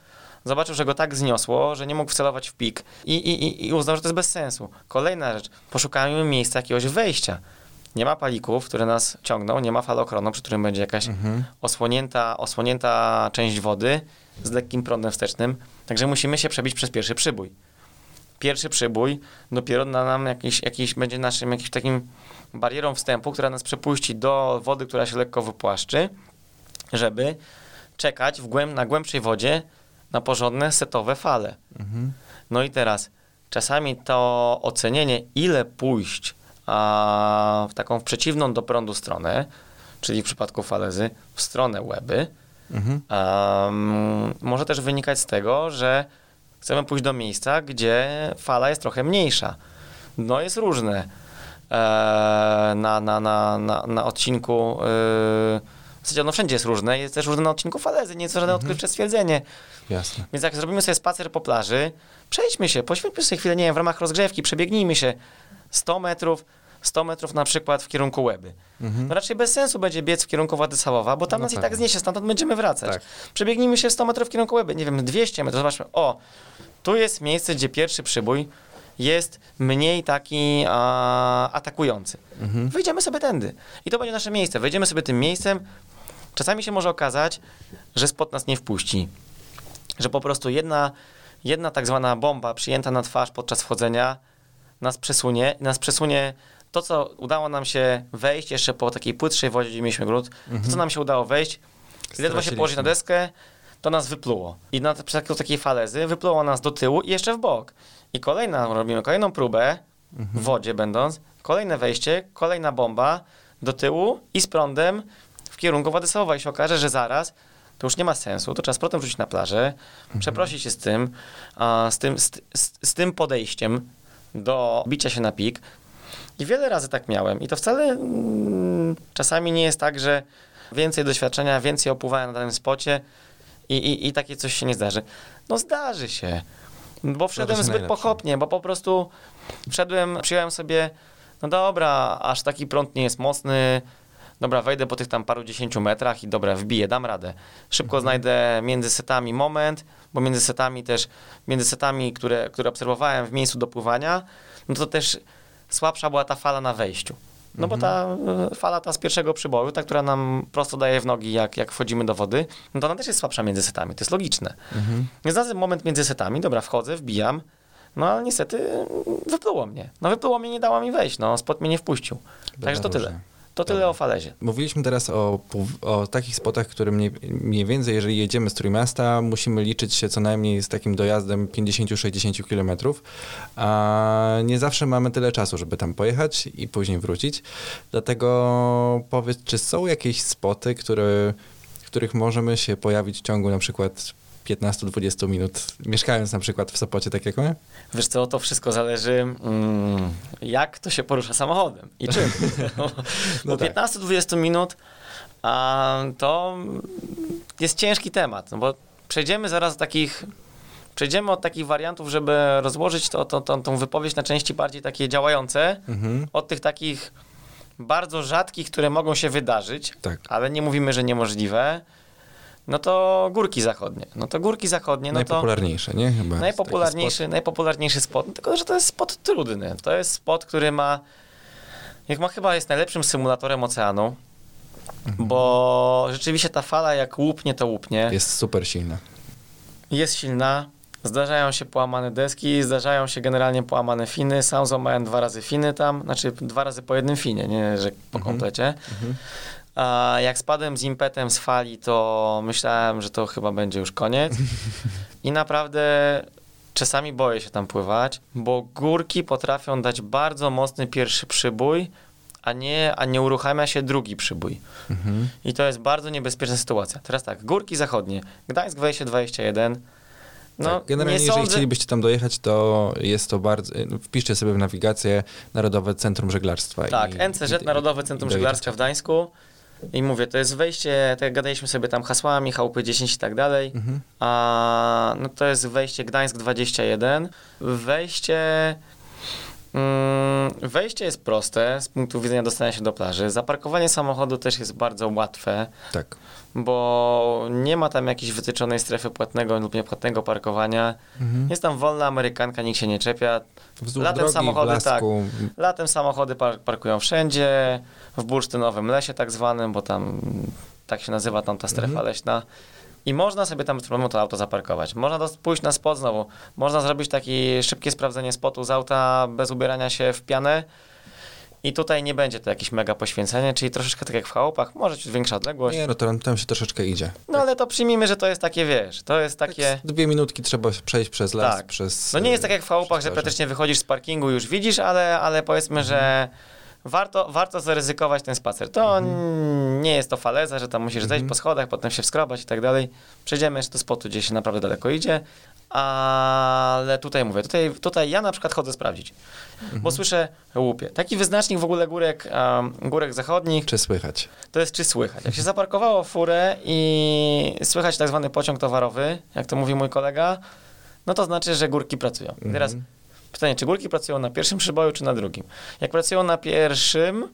zobaczył, że go tak zniosło, że nie mógł wcelować w pik i, i, i uznał, że to jest bez sensu. Kolejna rzecz, poszukajmy miejsca jakiegoś wejścia. Nie ma palików, które nas ciągną, nie ma falochronu, przy którym będzie jakaś mhm. osłonięta, osłonięta część wody z lekkim prądem wstecznym, także musimy się przebić przez pierwszy przybój. Pierwszy przybój dopiero na nam jakiś, jakiś będzie naszym jakimś takim barierą wstępu, która nas przepuści do wody, która się lekko wypłaszczy, żeby czekać w głęb, na głębszej wodzie na porządne setowe fale. Mhm. No i teraz czasami to ocenienie, ile pójść a, w taką w przeciwną do prądu stronę, czyli w przypadku falezy w stronę Łeby, mhm. um, może też wynikać z tego, że chcemy pójść do miejsca, gdzie fala jest trochę mniejsza. No jest różne. E, na, na, na, na, na odcinku, e, w zasadzie ono wszędzie jest różne, jest też różne na odcinku falezy, nie jest żadne mhm. odkrywcze stwierdzenie. Jasne. Więc jak zrobimy sobie spacer po plaży, przejdźmy się, poświęćmy sobie chwilę, nie wiem, w ramach rozgrzewki, przebiegnijmy się sto metrów, sto metrów na przykład w kierunku Łeby. Mhm. No raczej bez sensu będzie biec w kierunku Władysławowa, bo tam no nas tak. i tak zniesie, stamtąd będziemy wracać. Tak. Przebiegnijmy się sto metrów w kierunku Łeby, nie wiem, dwieście metrów, zobaczmy, o, tu jest miejsce, gdzie pierwszy przybój jest mniej taki a, atakujący. Mhm. Wyjdziemy sobie tędy. I to będzie nasze miejsce. Wejdziemy sobie tym miejscem. Czasami się może okazać, że spot nas nie wpuści. Że po prostu jedna, jedna tak zwana bomba przyjęta na twarz podczas wchodzenia nas przesunie i nas przesunie to, co udało nam się wejść jeszcze po takiej płytszej wodzie, gdzie mieliśmy gród, mhm. to, co nam się udało wejść, ledwo się położyć na deskę, to nas wypluło. I na przy takiej falezy wypluło nas do tyłu i jeszcze w bok. I kolejna, robimy kolejną próbę, mhm. w wodzie będąc, kolejne wejście, kolejna bomba do tyłu i z prądem w kierunku Władysławowa. I się okaże, że zaraz to już nie ma sensu, to trzeba z powrotem wrócić na plażę, mhm. przeprosić się z tym, a, z tym, z, z, z tym podejściem do bicia się na pik. I wiele razy tak miałem. I to wcale mm, czasami nie jest tak, że więcej doświadczenia, więcej opływałem na danym spocie i, i, i takie coś się nie zdarzy. No zdarzy się. Bo wszedłem zbyt najlepszy. pochopnie, bo po prostu wszedłem, przyjąłem sobie, no dobra, aż taki prąd nie jest mocny, dobra, wejdę po tych tam paru dziesięciu metrach i dobra, wbiję, dam radę. Szybko mhm. znajdę między setami moment, bo między setami też, między setami, które, które obserwowałem w miejscu do pływania, no to też słabsza była ta fala na wejściu. No mhm. bo ta fala ta z pierwszego przyboju, ta, która nam prosto daje w nogi, jak, jak wchodzimy do wody, no to ona też jest słabsza między setami, to jest logiczne. Mhm. Więc znalazłem moment między setami, dobra, wchodzę, wbijam, no ale niestety wypluło mnie. No wypluło mnie, nie dało mi wejść, no spot mnie nie wpuścił. Dobra, Także to tyle. Dobrze. To tyle Dobra. o falezie. Mówiliśmy teraz o, o takich spotach, które mniej, mniej więcej, jeżeli jedziemy z Trójmiasta, musimy liczyć się co najmniej z takim dojazdem pięćdziesiąt do sześćdziesięciu kilometrów, a nie zawsze mamy tyle czasu, żeby tam pojechać i później wrócić. Dlatego powiedz, czy są jakieś spoty, które, w których możemy się pojawić w ciągu na przykład piętnaście do dwudziestu minut, mieszkając na przykład w Sopocie, tak jak my? Wiesz co, to wszystko zależy, mm, jak to się porusza samochodem i czym. No, no po tak. piętnaście do dwudziestu minut a, to jest ciężki temat, no bo przejdziemy zaraz do takich, przejdziemy od takich wariantów, żeby rozłożyć to, to, to, tą wypowiedź na części bardziej takie działające, mhm. od tych takich bardzo rzadkich, które mogą się wydarzyć, tak. ale nie mówimy, że niemożliwe. No to górki zachodnie. No to górki zachodnie, no najpopularniejsze, to... nie? Chyba najpopularniejszy, spot. najpopularniejszy spot. No tylko, że to jest spot trudny. To jest spot, który ma... Jak ma chyba jest najlepszym symulatorem oceanu, mhm. bo rzeczywiście ta fala jak łupnie, to łupnie. Jest super silna. Jest silna. Zdarzają się połamane deski, zdarzają się generalnie połamane finy. Sam złamałem dwa razy finy tam, znaczy dwa razy po jednym finie, nie, że po mhm. komplecie. Mhm. A jak spadłem z impetem z fali, to myślałem, że to chyba będzie już koniec. I naprawdę czasami boję się tam pływać, bo górki potrafią dać bardzo mocny pierwszy przybój, a nie, a nie uruchamia się drugi przybój. Mhm. I to jest bardzo niebezpieczna sytuacja. Teraz tak, górki zachodnie. Gdańsk wejście dwadzieścia jeden. No, tak, generalnie, jeżeli sądzę... chcielibyście tam dojechać, to jest to bardzo... Wpiszcie sobie w nawigację Narodowe Centrum Żeglarstwa. Tak, i, N C Ż, i, Narodowe Centrum Żeglarstwa w Gdańsku. I mówię, to jest wejście, tak jak gadaliśmy sobie tam hasłami, chałupy dziesięć i tak dalej, mhm. a no to jest wejście Gdańsk dwadzieścia jeden. Wejście Mm, wejście jest proste z punktu widzenia dostania się do plaży. Zaparkowanie samochodu też jest bardzo łatwe, Tak. bo nie ma tam jakiejś wytyczonej strefy płatnego lub niepłatnego parkowania. Mhm. Jest tam wolna amerykanka, nikt się nie czepia. Wzdłuż Latem drogi, samochody, w lasku. Latem samochody par- parkują wszędzie, w bursztynowym lesie tak zwanym, bo tam tak się nazywa tam ta strefa Mhm. leśna. I można sobie tam z problemu to auto zaparkować. Można dos- pójść na spot znowu. Można zrobić takie szybkie sprawdzenie spotu z auta bez ubierania się w pianę. I tutaj nie będzie to jakieś mega poświęcenie, czyli troszeczkę tak jak w chałupach, może ciut większa odległość. Nie, no to tam się troszeczkę idzie. No ale to przyjmijmy, że to jest takie, wiesz, to jest takie... Tak z dwie minutki trzeba przejść przez las, Tak. przez... No nie jest tak jak w chałupach, że plażę. praktycznie wychodzisz z parkingu, już widzisz, ale, ale powiedzmy, że warto, warto zaryzykować ten spacer. To n- nie jest to faleza, że tam musisz zejść Mhm. po schodach, potem się wskrobać i tak dalej. Przejdziemy jeszcze do spotu, gdzie się naprawdę daleko idzie, ale tutaj mówię, tutaj, tutaj ja na przykład chodzę sprawdzić, bo słyszę łupie. Taki wyznacznik w ogóle górek, um, górek zachodnich, Czy słychać? to jest czy słychać. Jak się zaparkowało furę i słychać tak zwany pociąg towarowy, jak to mówi mój kolega, no to znaczy, że górki pracują. I teraz Mhm. pytanie, czy górki pracują na pierwszym przyboju, czy na drugim? Jak pracują na pierwszym,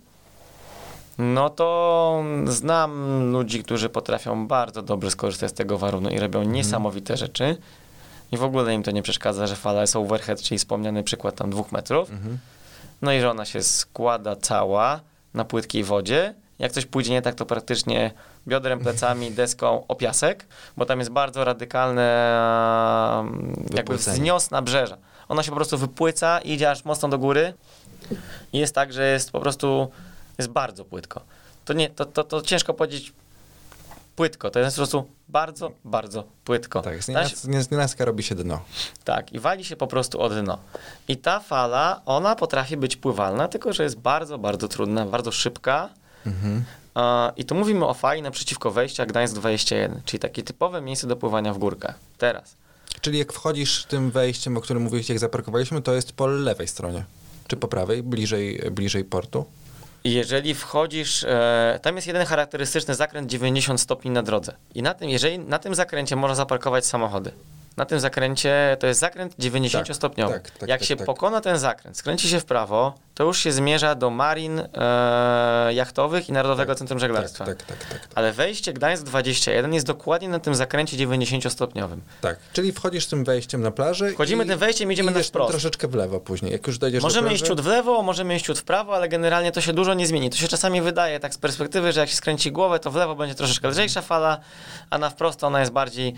no to znam ludzi, którzy potrafią bardzo dobrze skorzystać z tego warunu i robią niesamowite rzeczy. I w ogóle im to nie przeszkadza, że fala jest overhead, czyli wspomniany przykład tam dwóch metrów. Mhm. No i że ona się składa cała na płytkiej wodzie. Jak coś pójdzie nie tak, to praktycznie biodrem, plecami, deską o piasek, bo tam jest bardzo radykalne um, jakby Wypłycenie. wznios nabrzeża. Ona się po prostu wypłyca i idzie aż mocno do góry. I jest tak, że jest po prostu, jest bardzo płytko. To nie, to, to, to ciężko powiedzieć płytko, to jest po prostu bardzo, bardzo płytko. Tak, z Da się- nienacka, z nienacka robi się dno. tak, i wali się po prostu o dno. I ta fala, ona potrafi być pływalna, tylko że jest bardzo, bardzo trudna, bardzo szybka. Mhm. E, I tu mówimy o fali naprzeciwko wejścia Gdańsk dwadzieścia jeden, czyli takie typowe miejsce do pływania w górkach. Teraz. Czyli jak wchodzisz tym wejściem, o którym mówiliście, jak zaparkowaliśmy, to jest po lewej stronie. Czy po prawej, bliżej, bliżej portu? I jeżeli wchodzisz, e, tam jest jeden charakterystyczny zakręt dziewięćdziesiąt stopni na drodze. I na tym, jeżeli na tym zakręcie można zaparkować samochody. Na tym zakręcie to jest zakręt dziewięćdziesięciostopniowy. tak, tak, Jak tak, się tak. pokona ten zakręt, skręci się w prawo, to już się zmierza do marin e, jachtowych i Narodowego Centrum Żeglarstwa. Tak, tak, tak, tak, tak. Ale wejście Gdańsk dwadzieścia jeden jest dokładnie na tym zakręcie dziewięćdziesięciostopniowym. Tak, czyli wchodzisz tym wejściem na plażę. Wchodzimy i, tym wejściem, idziemy i na idziesz wprost. troszeczkę w lewo później. Jak już dojdziesz Możemy do iść plaży, ciut w lewo, możemy iść ciut w prawo, ale generalnie to się dużo nie zmieni. To się czasami wydaje tak z perspektywy, że jak się skręci głowę, to w lewo będzie troszeczkę lżejsza fala, a na wprost ona jest bardziej,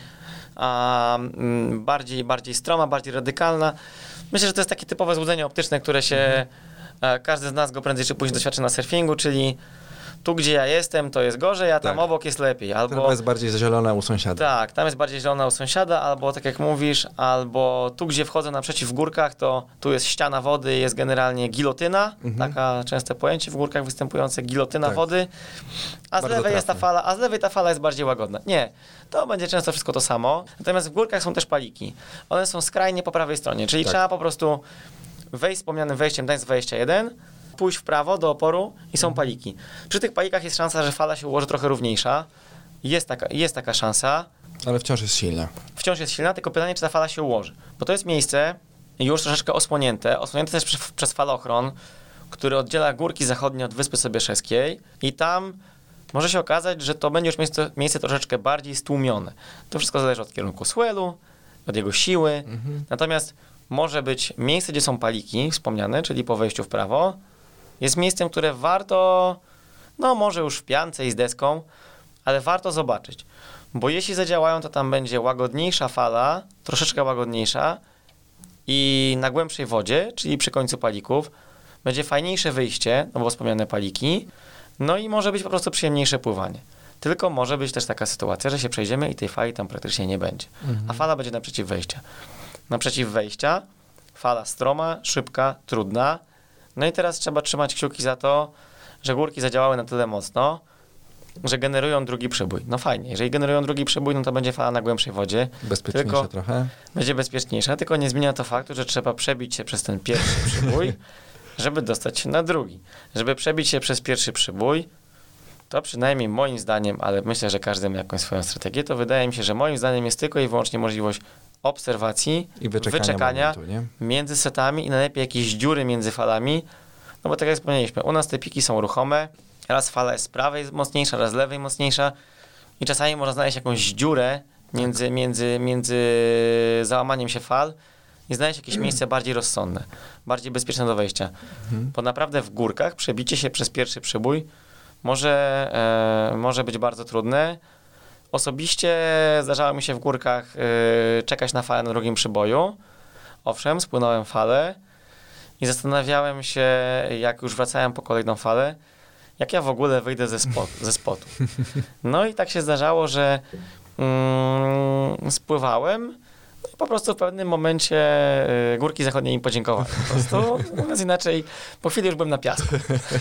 a, mm, bardziej, bardziej stroma, bardziej radykalna. Myślę, że to jest takie typowe złudzenie optyczne, które się Mhm. e, każdy z nas go prędzej czy później doświadczy na surfingu, czyli tu, gdzie ja jestem, to jest gorzej, a tam Tak. obok jest lepiej. Albo Trawa jest bardziej zielona u sąsiada. tak, tam jest bardziej zielona u sąsiada, albo tak jak mówisz, albo tu, gdzie wchodzę naprzeciw w górkach, to tu jest ściana wody, jest generalnie gilotyna, Mhm. taka częste pojęcie w górkach występujące, gilotyna Tak. wody, a z Bardzo lewej jest ta trafne. fala, a z lewej ta fala jest bardziej łagodna. Nie, to będzie często wszystko to samo, natomiast w górkach są też paliki. One są skrajnie po prawej stronie, czyli Tak. trzeba po prostu wejść wspomnianym wejściem Gdańsk dwadzieścia jeden, pójść w prawo do oporu i są paliki. Przy tych palikach jest szansa, że fala się ułoży trochę równiejsza. Jest taka, jest taka szansa. Ale wciąż jest silna. Wciąż jest silna, tylko pytanie, czy ta fala się ułoży. Bo to jest miejsce już troszeczkę osłonięte, osłonięte też przez, przez falochron, który oddziela górki zachodnie od Wyspy Sobieszewskiej i tam może się okazać, że to będzie już miejsce, miejsce troszeczkę bardziej stłumione. To wszystko zależy od kierunku swellu, od jego siły. Mhm. Natomiast może być miejsce, gdzie są paliki wspomniane, czyli po wejściu w prawo, jest miejscem, które warto, no może już w piance i z deską, ale warto zobaczyć. Bo jeśli zadziałają, to tam będzie łagodniejsza fala, troszeczkę łagodniejsza i na głębszej wodzie, czyli przy końcu palików, będzie fajniejsze wyjście, no bo wspomniane paliki, no i może być po prostu przyjemniejsze pływanie. Tylko może być też taka sytuacja, że się przejdziemy i tej fali tam praktycznie nie będzie. Mhm. A fala będzie naprzeciw wejścia. Naprzeciw wejścia fala stroma, szybka, trudna. No i teraz trzeba trzymać kciuki za to, że górki zadziałały na tyle mocno, że generują drugi przybój. No fajnie, jeżeli generują drugi przybój, no to będzie fala na głębszej wodzie. Bezpieczniejsza Tylko- trochę. Będzie bezpieczniejsza, tylko nie zmienia to faktu, że trzeba przebić się przez ten pierwszy przybój, żeby dostać się na drugi. Żeby przebić się przez pierwszy przybój, to przynajmniej moim zdaniem, ale myślę, że każdy ma jakąś swoją strategię, to wydaje mi się, że moim zdaniem jest tylko i wyłącznie możliwość obserwacji, I wyczekania, wyczekania momentu, nie? między setami i najlepiej jakieś dziury między falami. No bo tak jak wspomnieliśmy, u nas te piki są ruchome. Raz fala jest z prawej mocniejsza, raz z lewej mocniejsza. I czasami można znaleźć jakąś dziurę między, między, między załamaniem się fal i znaleźć jakieś miejsce bardziej rozsądne, bardziej bezpieczne do wejścia. Mhm. Bo naprawdę w górkach przebicie się przez pierwszy przybój może, e, może być bardzo trudne. Osobiście zdarzało mi się w górkach e, czekać na falę na drugim przyboju. Owszem, spłynąłem falę i zastanawiałem się, jak już wracałem po kolejną falę, jak ja w ogóle wyjdę ze, spot, ze spotu. No i tak się zdarzało, że mm, spływałem i po prostu w pewnym momencie y, górki zachodnie mi podziękowały. Po prostu, mówiąc inaczej, po chwili już byłem na piasku.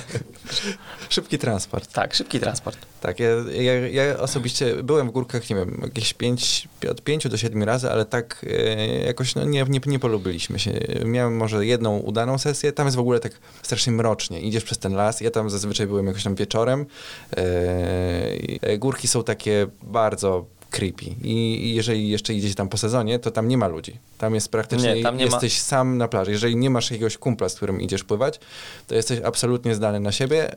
Szybki transport. Tak, szybki transport. Tak, ja, ja, ja osobiście byłem w górkach, nie wiem, jakieś pięć, od pięciu do siedmiu razy, ale tak e, jakoś no, nie, nie, nie polubiliśmy się. Miałem może jedną udaną sesję, tam jest w ogóle tak strasznie mrocznie. Idziesz przez ten las, ja tam zazwyczaj byłem jakoś tam wieczorem. E, górki są takie bardzo creepy. I jeżeli jeszcze idziecie tam po sezonie, to tam nie ma ludzi. Tam jest praktycznie, nie, tam nie jesteś ma... sam na plaży. Jeżeli nie masz jakiegoś kumpla, z którym idziesz pływać, to jesteś absolutnie zdany na siebie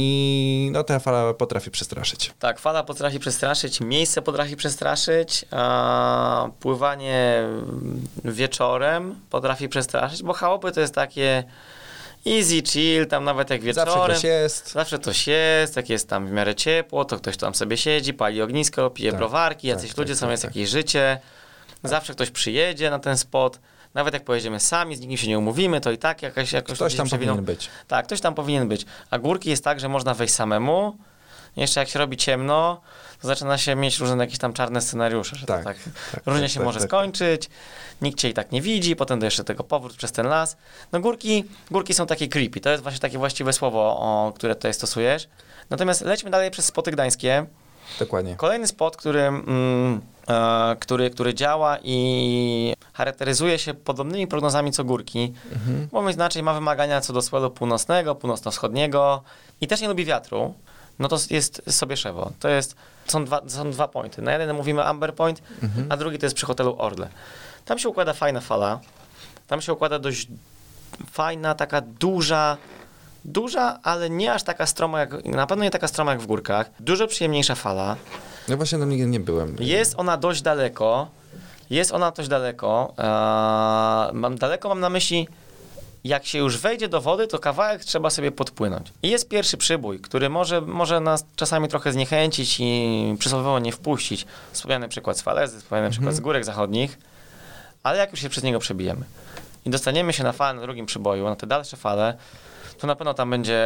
i no ta fala potrafi przestraszyć. Tak, fala potrafi przestraszyć, miejsce potrafi przestraszyć, a pływanie wieczorem potrafi przestraszyć, bo chałupy to jest takie easy, chill, tam nawet jak wieczorem. Zawsze ktoś jest. Zawsze ktoś jest, jak jest tam w miarę ciepło, to ktoś tam sobie siedzi, pali ognisko, pije tak, browarki, jacyś tak, ludzie tak, są, tak, jest tak. jakieś życie. Zawsze ktoś przyjedzie na ten spot. Nawet jak pojedziemy sami, z nikim się nie umówimy, to i tak jakaś, jakoś Ktoś ludzie tam przewiną. powinien być. Tak, ktoś tam powinien być. A górki jest tak, że można wejść samemu. Jeszcze jak się robi ciemno, to zaczyna się mieć różne jakieś tam czarne scenariusze, że Tak, to tak, tak, różnie tak, się tak, może tak. skończyć, nikt cię i tak nie widzi, potem do jeszcze tego powrót przez ten las. No górki, górki są takie creepy, to jest właśnie takie właściwe słowo, o, które tutaj stosujesz. Natomiast lećmy dalej przez spoty gdańskie. Dokładnie. Kolejny spot, który, mm, e, który, który działa i charakteryzuje się podobnymi prognozami co górki, Mhm. mówiąc inaczej, ma wymagania co do swelu północnego, północno-wschodniego i też nie lubi wiatru, no to jest Sobieszewo. To jest, są dwa, są dwa pointy. Na jeden mówimy Amber Point, Mhm. a drugi to jest przy hotelu Orle. Tam się układa fajna fala, tam się układa dość fajna, taka duża, duża, ale nie aż taka stroma, jak, na pewno nie taka stroma jak w górkach. Dużo przyjemniejsza fala. No właśnie tam nigdy nie byłem. Jest ona dość daleko. Jest ona dość daleko. Eee, mam daleko, mam na myśli, jak się już wejdzie do wody, to kawałek trzeba sobie podpłynąć. I jest pierwszy przybój, który może, może nas czasami trochę zniechęcić i przysłowiowo nie wpuścić. Wspomniany przykład z Falezy, wspomniany Mhm. przykład z Górek Zachodnich, ale jak już się przez niego przebijemy i dostaniemy się na falę na drugim przyboju, na te dalsze fale, to na pewno tam będzie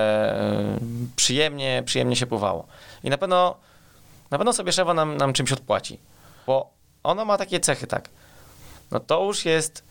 e, przyjemnie, przyjemnie się pływało. I na pewno, na pewno Sobieszewo nam, nam czymś odpłaci, bo ono ma takie cechy, tak. No to już jest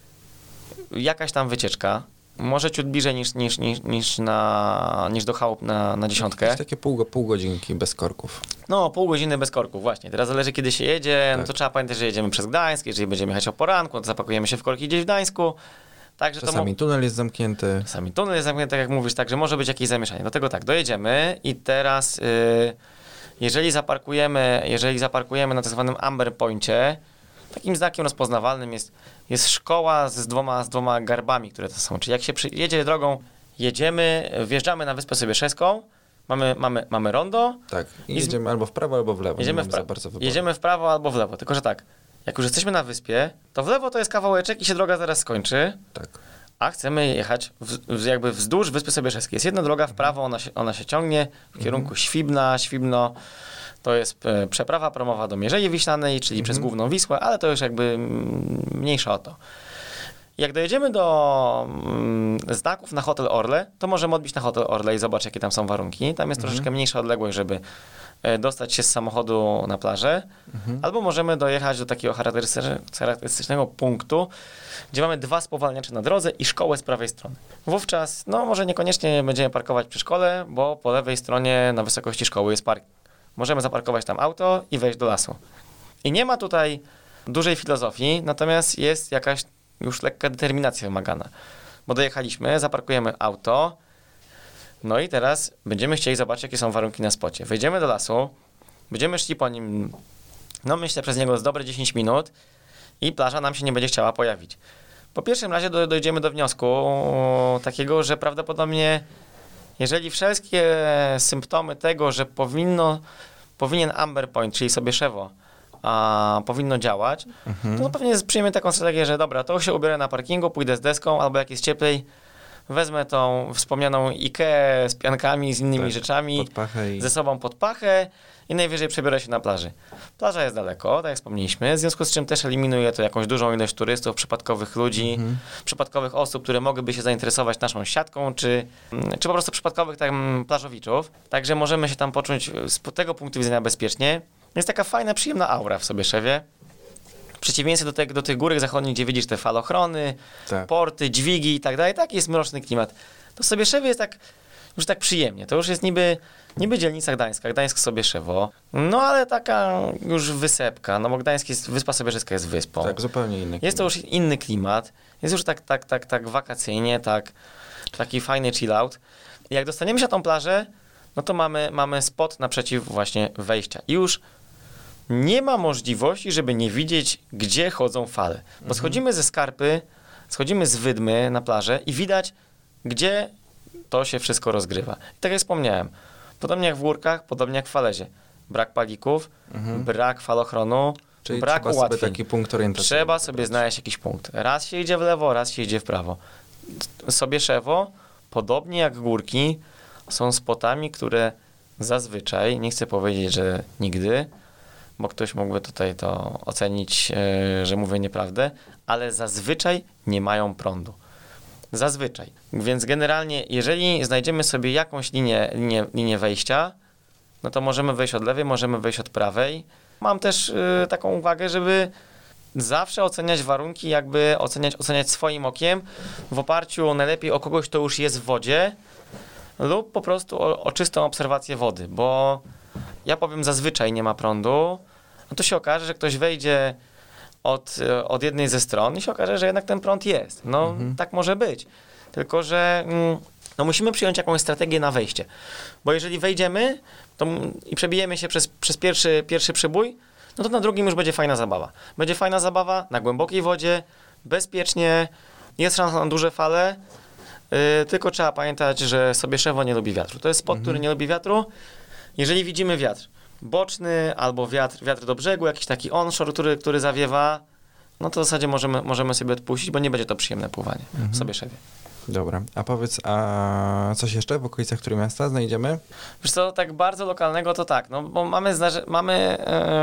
jakaś tam wycieczka, może ciut bliżej niż, niż, niż, niż, na, niż do chałup na, na dziesiątkę. Jakieś takie pół, pół godzinki bez korków. No, pół godziny bez korków, właśnie. Teraz zależy, kiedy się jedzie, no Tak. to trzeba pamiętać, że jedziemy przez Gdańsk, jeżeli będziemy jechać o poranku, no to zapakujemy się w korki gdzieś w Gdańsku. Także Czasami to mo- tunel jest zamknięty. Czasami tunel jest zamknięty, tak jak mówisz, także może być jakieś zamieszanie. Dlatego tak, dojedziemy i teraz yy, jeżeli zaparkujemy, jeżeli zaparkujemy na tak zwanym Amber Poincie, takim znakiem rozpoznawalnym jest, jest szkoła z dwoma, z dwoma garbami, które to są. Czyli jak się przy, jedzie drogą, jedziemy, wjeżdżamy na Wyspę Sobieszewską, mamy, mamy, mamy rondo, Tak. I I z- jedziemy albo w prawo, albo w lewo. jedziemy Nie w, mamy za pra- bardzo wyboru. jedziemy w prawo albo w lewo. Tylko że tak, jak już jesteśmy na wyspie, to w lewo to jest kawałeczek i się droga zaraz skończy, Tak. a chcemy jechać w, w, jakby wzdłuż Wyspy Sobieszewskiej. Jest jedna droga w prawo, ona się, ona się ciągnie w kierunku Świbna, Świbno. To jest e, przeprawa promowa do Mierzei Wiślanej, czyli Mhm. przez Główną Wisłę, ale to już jakby mm, mniejsza o to. Jak dojedziemy do mm, znaków na Hotel Orle, to możemy odbić na Hotel Orle i zobaczyć, jakie tam są warunki. Tam jest Mhm. troszeczkę mniejsza odległość, żeby e, dostać się z samochodu na plażę. Mhm. Albo możemy dojechać do takiego charakterystyczne- charakterystycznego punktu, gdzie mamy dwa spowalniacze na drodze i szkołę z prawej strony. Wówczas, no może niekoniecznie będziemy parkować przy szkole, bo po lewej stronie na wysokości szkoły jest parking. Możemy zaparkować tam auto i wejść do lasu. I nie ma tutaj dużej filozofii, natomiast jest jakaś już lekka determinacja wymagana. Bo dojechaliśmy, zaparkujemy auto, no i teraz będziemy chcieli zobaczyć, jakie są warunki na spocie. Wejdziemy do lasu, będziemy szli po nim, no myślę, przez niego z dobre dziesięć minut i plaża nam się nie będzie chciała pojawić. Po pierwszym razie do, dojdziemy do wniosku takiego, że prawdopodobnie jeżeli wszelkie symptomy tego, że powinno, powinien Amber Point, czyli Sobieszewo, a powinno działać, mhm. to pewnie przyjmiemy taką strategię, że dobra, to się ubiorę na parkingu, pójdę z deską, albo jak jest cieplej, wezmę tą wspomnianą Ikeę z piankami, z innymi tak, rzeczami, i... ze sobą pod pachę i najwyżej przebiorę się na plaży. Plaża jest daleko, tak jak wspomnieliśmy, w związku z czym też eliminuje to jakąś dużą ilość turystów, przypadkowych ludzi, mhm. przypadkowych osób, które mogłyby się zainteresować naszą siatką, czy, czy po prostu przypadkowych tam plażowiczów. Także możemy się tam poczuć z tego punktu widzenia bezpiecznie. Jest taka fajna, przyjemna aura w Sobieszewie. W przeciwieństwie do, te, do tych górek zachodnich, gdzie widzisz te falochrony, tak. porty, dźwigi i tak dalej, taki jest mroczny klimat. To w Sobieszewie jest tak, już tak przyjemnie. To już jest niby, niby dzielnica Gdańska, Gdańsk-Sobieszewo, no ale taka już wysepka, no bo Gdańsk jest, Wyspa Sobieszewska jest wyspą. Tak, zupełnie inny klimat. Jest to już inny klimat, jest już tak, tak, tak, tak wakacyjnie, tak, taki fajny chill out. I jak dostaniemy się na tą plażę, no to mamy, mamy spot naprzeciw właśnie wejścia. I już nie ma możliwości, żeby nie widzieć, gdzie chodzą fale. Bo mhm. schodzimy ze Skarpy, schodzimy z Wydmy na plażę i widać, gdzie to się wszystko rozgrywa. I tak jak wspomniałem, podobnie jak w Górkach, podobnie jak w Falezie. Brak palików, mhm. brak falochronu, czyli brak trzeba ułatwień. sobie taki punkt orientacyjny. Trzeba sobie znaleźć jakiś punkt. Raz się idzie w lewo, raz się idzie w prawo. Sobieszewo, podobnie jak Górki, są spotami, które zazwyczaj, nie chcę powiedzieć, że nigdy, bo ktoś mógłby tutaj to ocenić, yy, że mówię nieprawdę, ale zazwyczaj nie mają prądu. Zazwyczaj. Więc generalnie, jeżeli znajdziemy sobie jakąś linię, linię, linię wejścia, no to możemy wejść od lewej, możemy wejść od prawej. Mam też yy, taką uwagę, żeby zawsze oceniać warunki, jakby oceniać, oceniać swoim okiem w oparciu najlepiej o kogoś, kto już jest w wodzie, lub po prostu o, o czystą obserwację wody, bo ja powiem, zazwyczaj nie ma prądu, no to się okaże, że ktoś wejdzie od, od jednej ze stron i się okaże, że jednak ten prąd jest. No mhm. tak może być. Tylko że no, musimy przyjąć jakąś strategię na wejście. Bo jeżeli wejdziemy to, i przebijemy się przez, przez pierwszy, pierwszy przybój, no to na drugim już będzie fajna zabawa. Będzie fajna zabawa na głębokiej wodzie, bezpiecznie, jest szansa na duże fale, yy, tylko trzeba pamiętać, że Sobieszewo nie lubi wiatru. To jest spot, mhm. który nie lubi wiatru. Jeżeli widzimy wiatr boczny albo wiatr, wiatr do brzegu, jakiś taki onshore, który, który zawiewa, no to w zasadzie możemy, możemy sobie odpuścić, bo nie będzie to przyjemne pływanie mhm. w Sobieszewie. Dobra, a powiedz, a coś jeszcze w okolicach Trójmiasta znajdziemy? Wiesz co, tak bardzo lokalnego to tak, no bo mamy, zdarzy- mamy,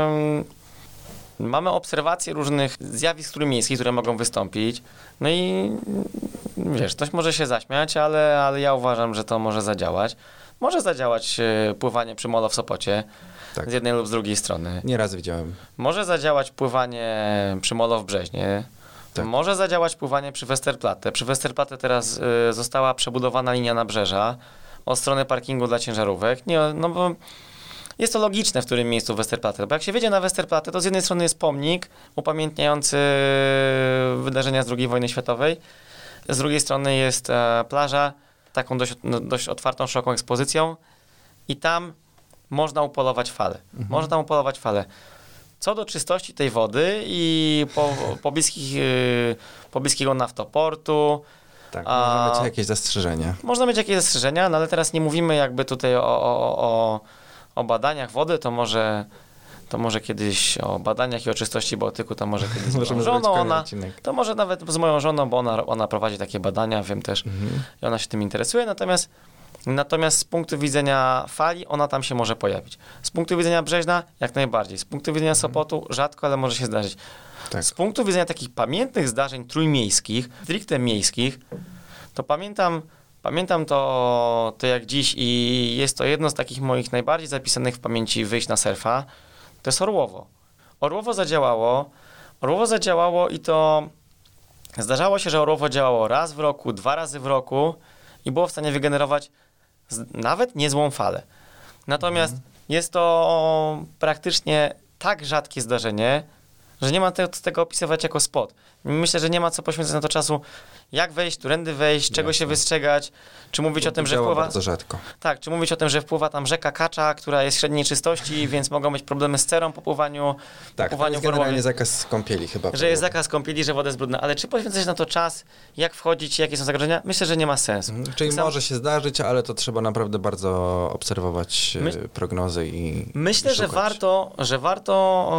yy, mamy obserwacje różnych zjawisk trójmiejskich, które mogą wystąpić, no i wiesz, ktoś może się zaśmiać, ale, ale ja uważam, że to może zadziałać. Może zadziałać yy, pływanie przy molo w Sopocie, tak. z jednej lub z drugiej strony. Nieraz widziałem. Może zadziałać pływanie przy molo w Brzeźnie. Tak. Może zadziałać pływanie przy Westerplatte. Przy Westerplatte teraz y, została przebudowana linia nabrzeża od strony parkingu dla ciężarówek. Nie, no bo jest to logiczne, w którym miejscu Westerplatte. Bo jak się wjedzie na Westerplatte, to z jednej strony jest pomnik upamiętniający wydarzenia z drugiej wojny światowej. Z drugiej strony jest e, plaża, taką dość, no, dość otwartą, szeroką ekspozycją i tam można upolować fale. Mhm. Można tam upolować fale. Co do czystości tej wody i po, po, bliskich, yy, po bliskiego naftoportu. Tak, a, można mieć jakieś zastrzeżenia. Można mieć jakieś zastrzeżenia, no ale teraz nie mówimy jakby tutaj o, o, o, o badaniach wody, to może, to może kiedyś o badaniach i o czystości Bałtyku, to może kiedyś z moją żoną, ona, to może nawet z moją żoną, bo ona, ona prowadzi takie badania, wiem też, mhm. i ona się tym interesuje, natomiast Natomiast z punktu widzenia fali, ona tam się może pojawić. Z punktu widzenia Brzeźna, jak najbardziej. Z punktu widzenia Sopotu, rzadko, ale może się zdarzyć. Tak. Z punktu widzenia takich pamiętnych zdarzeń trójmiejskich, stricte miejskich, to pamiętam, pamiętam to, to jak dziś i jest to jedno z takich moich najbardziej zapisanych w pamięci wyjść na surfa, to jest Orłowo. Orłowo zadziałało, Orłowo zadziałało i to zdarzało się, że Orłowo działało raz w roku, dwa razy w roku i było w stanie wygenerować nawet niezłą falę. Natomiast mhm. jest to praktycznie tak rzadkie zdarzenie, że nie ma te, tego opisywać jako spot. Myślę, że nie ma co poświęcać na to czasu. jak wejść, którędy wejść, czego Jasne. się wystrzegać, czy mówić o tym, że działa wpływa... bardzo rzadko. Tak, czy mówić o tym, że wpływa tam rzeka Kacza, która jest średniej czystości, więc mogą być problemy z cerą po pływaniu, po Tak, to pływaniu jest w Orłowie. generalnie zakaz kąpieli chyba. Że jest zakaz kąpieli, że woda jest brudna, ale czy poświęcać na to czas, jak wchodzić, jakie są zagrożenia? Myślę, że nie ma sensu. Mhm. Czyli Tak samo- może się zdarzyć, ale to trzeba naprawdę bardzo obserwować e, My- prognozy i Myślę, i że szukać. warto, że warto,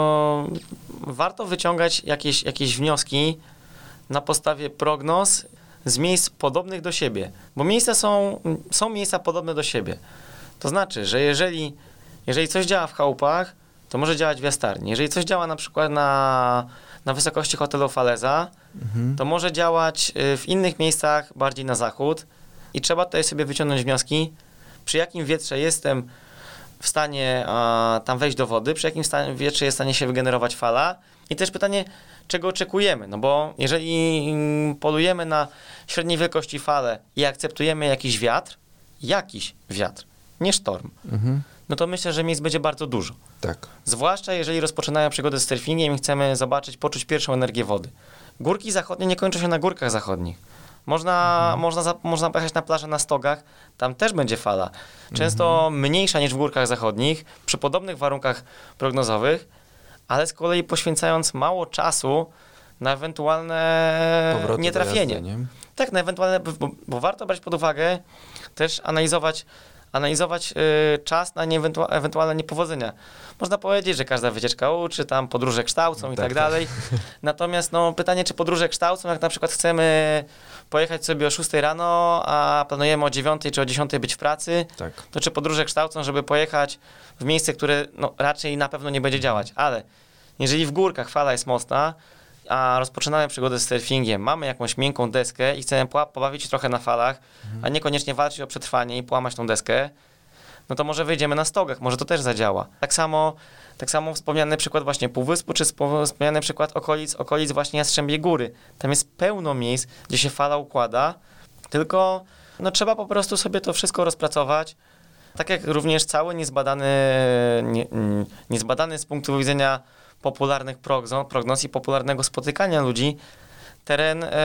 e, warto wyciągać jakieś, jakieś wnioski na podstawie prognoz z miejsc podobnych do siebie, bo miejsca są, są miejsca podobne do siebie. To znaczy, że jeżeli, jeżeli coś działa w chałupach, to może działać w jastarni. Jeżeli coś działa na przykład na, na wysokości hotelu Faleza, Mhm. to może działać y, w innych miejscach bardziej na zachód i trzeba tutaj sobie wyciągnąć wnioski, przy jakim wietrze jestem w stanie a, tam wejść do wody, przy jakim stanie, wietrze jest w stanie się wygenerować fala i też pytanie, czego oczekujemy, no bo jeżeli mm, polujemy na średniej wielkości fale i akceptujemy jakiś wiatr, jakiś wiatr, nie sztorm, Mhm. no to myślę, że miejsc będzie bardzo dużo. Tak. Zwłaszcza jeżeli rozpoczynają przygodę z surfingiem i chcemy zobaczyć, poczuć pierwszą energię wody. Górki zachodnie nie kończą się na górkach zachodnich. Można, Mhm. można, za, można pojechać na plażę na Stogach, tam też będzie fala. Często Mhm. mniejsza niż w górkach zachodnich, przy podobnych warunkach prognozowych, ale z kolei poświęcając mało czasu na ewentualne Powroty do nietrafienie. jazdy, nie? Tak, na ewentualne, bo, bo warto brać pod uwagę, też analizować, analizować y, czas na nieewentua- ewentualne niepowodzenia. Można powiedzieć, że każda wycieczka uczy, tam podróże kształcą i Tak, tak tak. dalej. Natomiast no, pytanie, czy podróże kształcą, jak na przykład chcemy pojechać sobie o szóstej rano, a planujemy o dziewiątej czy o dziesiątej być w pracy, Tak. to czy podróże kształcą, żeby pojechać w miejsce, które no, raczej na pewno nie będzie działać. Ale jeżeli w górkach fala jest mocna, a rozpoczynamy przygodę z surfingiem, mamy jakąś miękką deskę i chcemy pła- pobawić się trochę na falach, a niekoniecznie walczyć o przetrwanie i połamać tą deskę, no to może wyjdziemy na Stogach, może to też zadziała. Tak samo, tak samo wspomniany przykład właśnie Półwyspu, czy spo- wspomniany przykład okolic, okolic właśnie Jastrzębiej Góry. Tam jest pełno miejsc, gdzie się fala układa, tylko no, trzeba po prostu sobie to wszystko rozpracować. Tak jak również cały niezbadany, nie, mm, niezbadany z punktu widzenia popularnych prognoz, prognoz i popularnego spotykania ludzi teren e,